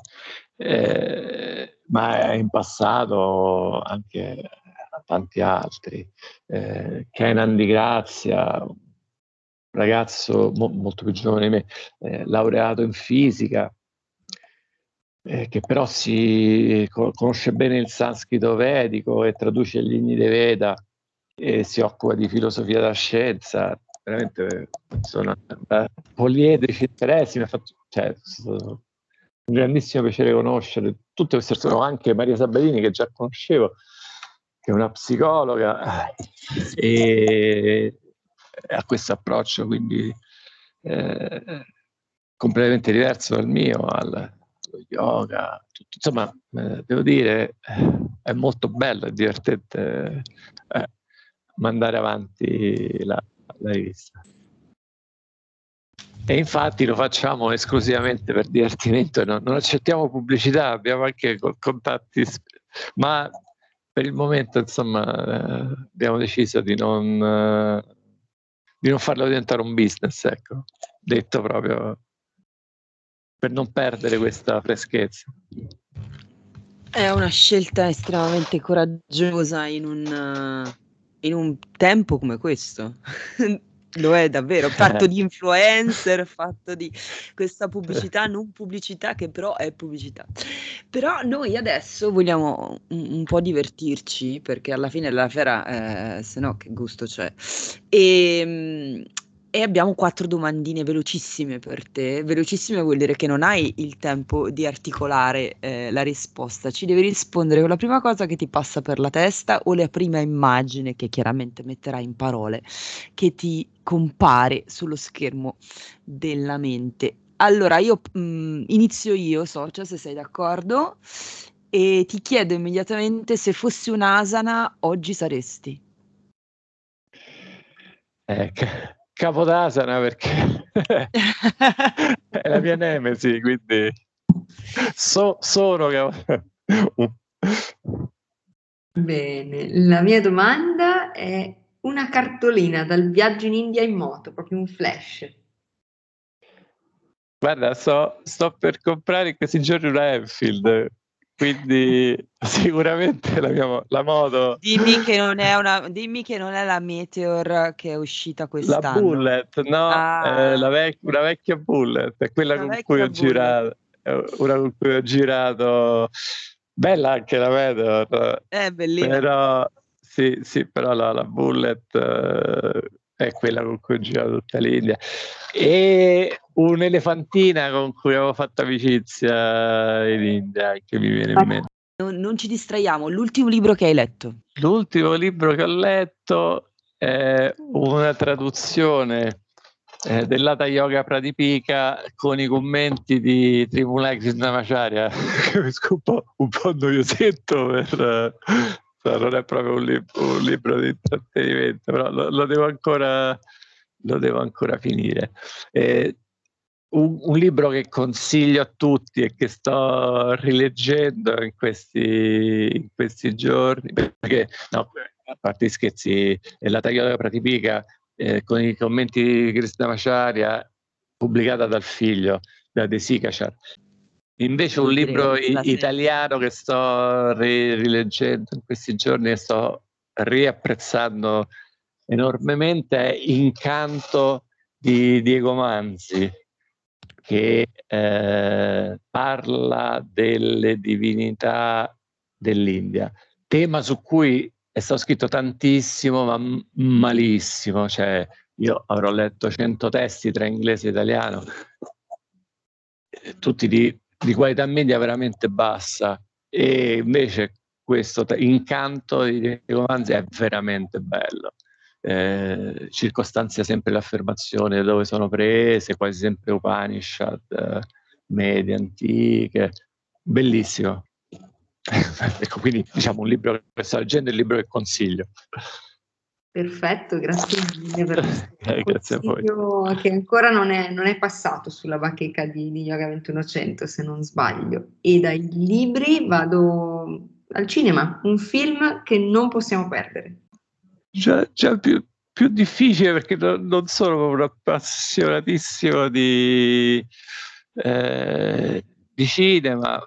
ma in passato anche tanti altri. Kenan Di Grazia, un ragazzo molto più giovane di me, laureato in fisica, che però conosce bene il sanscrito vedico e traduce gli Inni dei Veda e si occupa di filosofia della scienza. Veramente sono poliedrici interessi, mi ha fatto un grandissimo piacere conoscere tutte queste persone, anche Maria Sabatini, che già conoscevo, che è una psicologa, e ha questo approccio quindi completamente diverso dal mio, allo yoga, tutto. Insomma, devo dire, è molto bello e divertente mandare avanti la rivista. E infatti lo facciamo esclusivamente per divertimento, non accettiamo pubblicità, abbiamo anche contatti, ma per il momento, insomma, abbiamo deciso di non farlo diventare un business, ecco, detto proprio per non perdere questa freschezza. È una scelta estremamente coraggiosa in un tempo come questo. Lo è davvero, fatto di influencer, fatto di questa pubblicità, non pubblicità, che però è pubblicità. Però noi adesso vogliamo un po' divertirci, perché alla fine della fiera, se no che gusto c'è. E abbiamo 4 domandine velocissime per te. Velocissime vuol dire che non hai il tempo di articolare la risposta. Ci devi rispondere con la prima cosa che ti passa per la testa o la prima immagine che chiaramente metterai in parole che ti compare sullo schermo della mente. Allora, io inizio io, Socia, se sei d'accordo, e ti chiedo immediatamente se fossi un'asana, oggi saresti. Capodasana, perché è la mia nemesi, quindi sono Bene, la mia domanda è una cartolina dal viaggio in India in moto, proprio un flash. Guarda, sto per comprare in questi giorni una Enfield, quindi sicuramente la moto. Dimmi che non è la Meteor che è uscita La quest'anno. Bullet, no, Ah, una vecchia Bullet, è quella una con cui ho vecchia Bullet. girato, una con cui ho girato, bella anche la Meteor, È bellina. però sì, però la Bullet è quella con cui ho girato tutta l'India. E un'elefantina con cui avevo fatto amicizia in India, che mi viene in mente. Non ci distraiamo. L'ultimo libro che hai letto? L'ultimo libro che ho letto è una traduzione dell'Hatha Yoga Pradipika con i commenti di Tribhulan Krishnamacharya, che mi scopa un po' noiosetto, non è proprio un libro di intrattenimento, però lo devo ancora finire. Un libro che consiglio a tutti e che sto rileggendo in questi giorni, perché no, a parte gli scherzi, la Yoga Pradipika con i commenti di Krishnamacharya, pubblicata dal figlio, da De Sikachar. Invece un libro italiano che sto rileggendo in questi giorni e sto riapprezzando enormemente è Incanto di Diego Manzi, che parla delle divinità dell'India, tema su cui è stato scritto tantissimo ma malissimo, cioè io avrò letto 100 testi tra inglese e italiano, tutti di qualità media veramente bassa, e invece questo Incanto di Diego Manzi è veramente bello. Circostanzia sempre l'affermazione dove sono prese, quasi sempre Upanishad, medie antiche, bellissimo. Ecco, quindi diciamo un libro che sto leggendo, è il libro che consiglio. Perfetto, grazie mille per questo Grazie a voi. consiglio che ancora non è passato sulla bacheca di Yoga 2100, se non sbaglio. E dai libri vado al cinema, un film che non possiamo perdere. Già più difficile, perché non sono un appassionatissimo di cinema.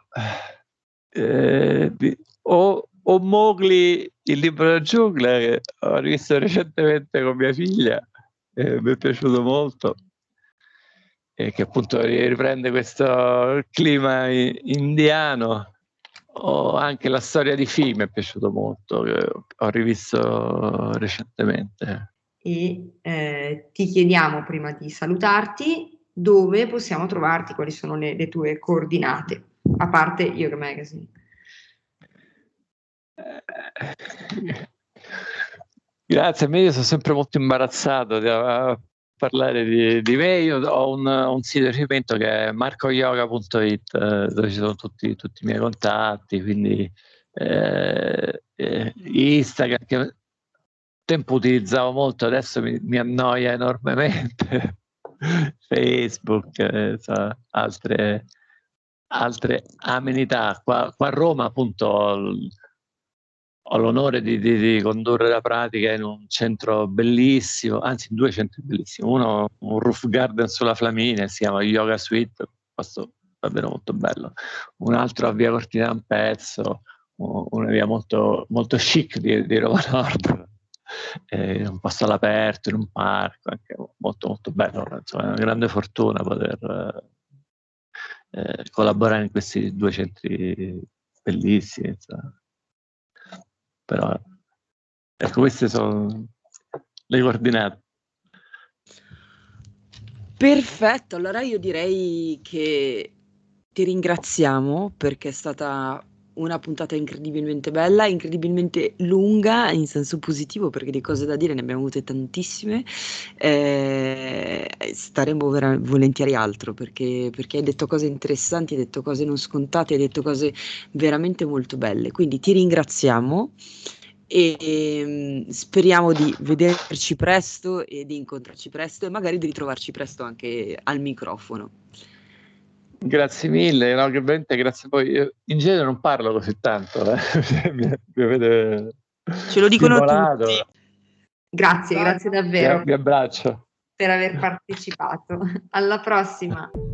O Mowgli, il libro della giungla, che ho rivisto recentemente con mia figlia, mi è piaciuto molto, e che appunto riprende questo clima indiano. O anche La storia di Fi mi è piaciuto molto, che ho rivisto recentemente. E ti chiediamo, prima di salutarti, dove possiamo trovarti, quali sono le tue coordinate, a parte Yoga Magazine. Grazie a me, io sono sempre molto imbarazzato di parlare di me. Io ho un sito di riferimento che è marcoyoga.it, dove ci sono tutti i miei contatti, quindi Instagram, che un tempo utilizzavo molto, adesso mi annoia enormemente. Facebook, altre amenità. Qua a Roma appunto ho l'onore di condurre la pratica in un centro bellissimo, anzi in 2 centri bellissimi, uno un roof garden sulla Flaminia, si chiama Yoga Suite, posto davvero molto bello. Un altro a via Cortina d'Ampezzo, una via molto, molto chic di Roma Nord, un posto all'aperto, in un parco, anche molto molto bello. Insomma, è una grande fortuna poter collaborare in questi due centri bellissimi, insomma. Però ecco, queste sono le coordinate. Perfetto, allora io direi che ti ringraziamo perché è stata una puntata incredibilmente bella, incredibilmente lunga in senso positivo perché di cose da dire ne abbiamo avute tantissime. Staremo volentieri altro perché hai detto cose interessanti, hai detto cose non scontate, hai detto cose veramente molto belle. Quindi ti ringraziamo e speriamo di vederci presto e di incontrarci presto e magari di ritrovarci presto anche al microfono. Grazie mille, no, che veramente grazie poi. Io in genere non parlo così tanto, mi avete Ce lo dicono stimolato. tutti. Grazie davvero Vi abbraccio. per aver partecipato. Alla prossima.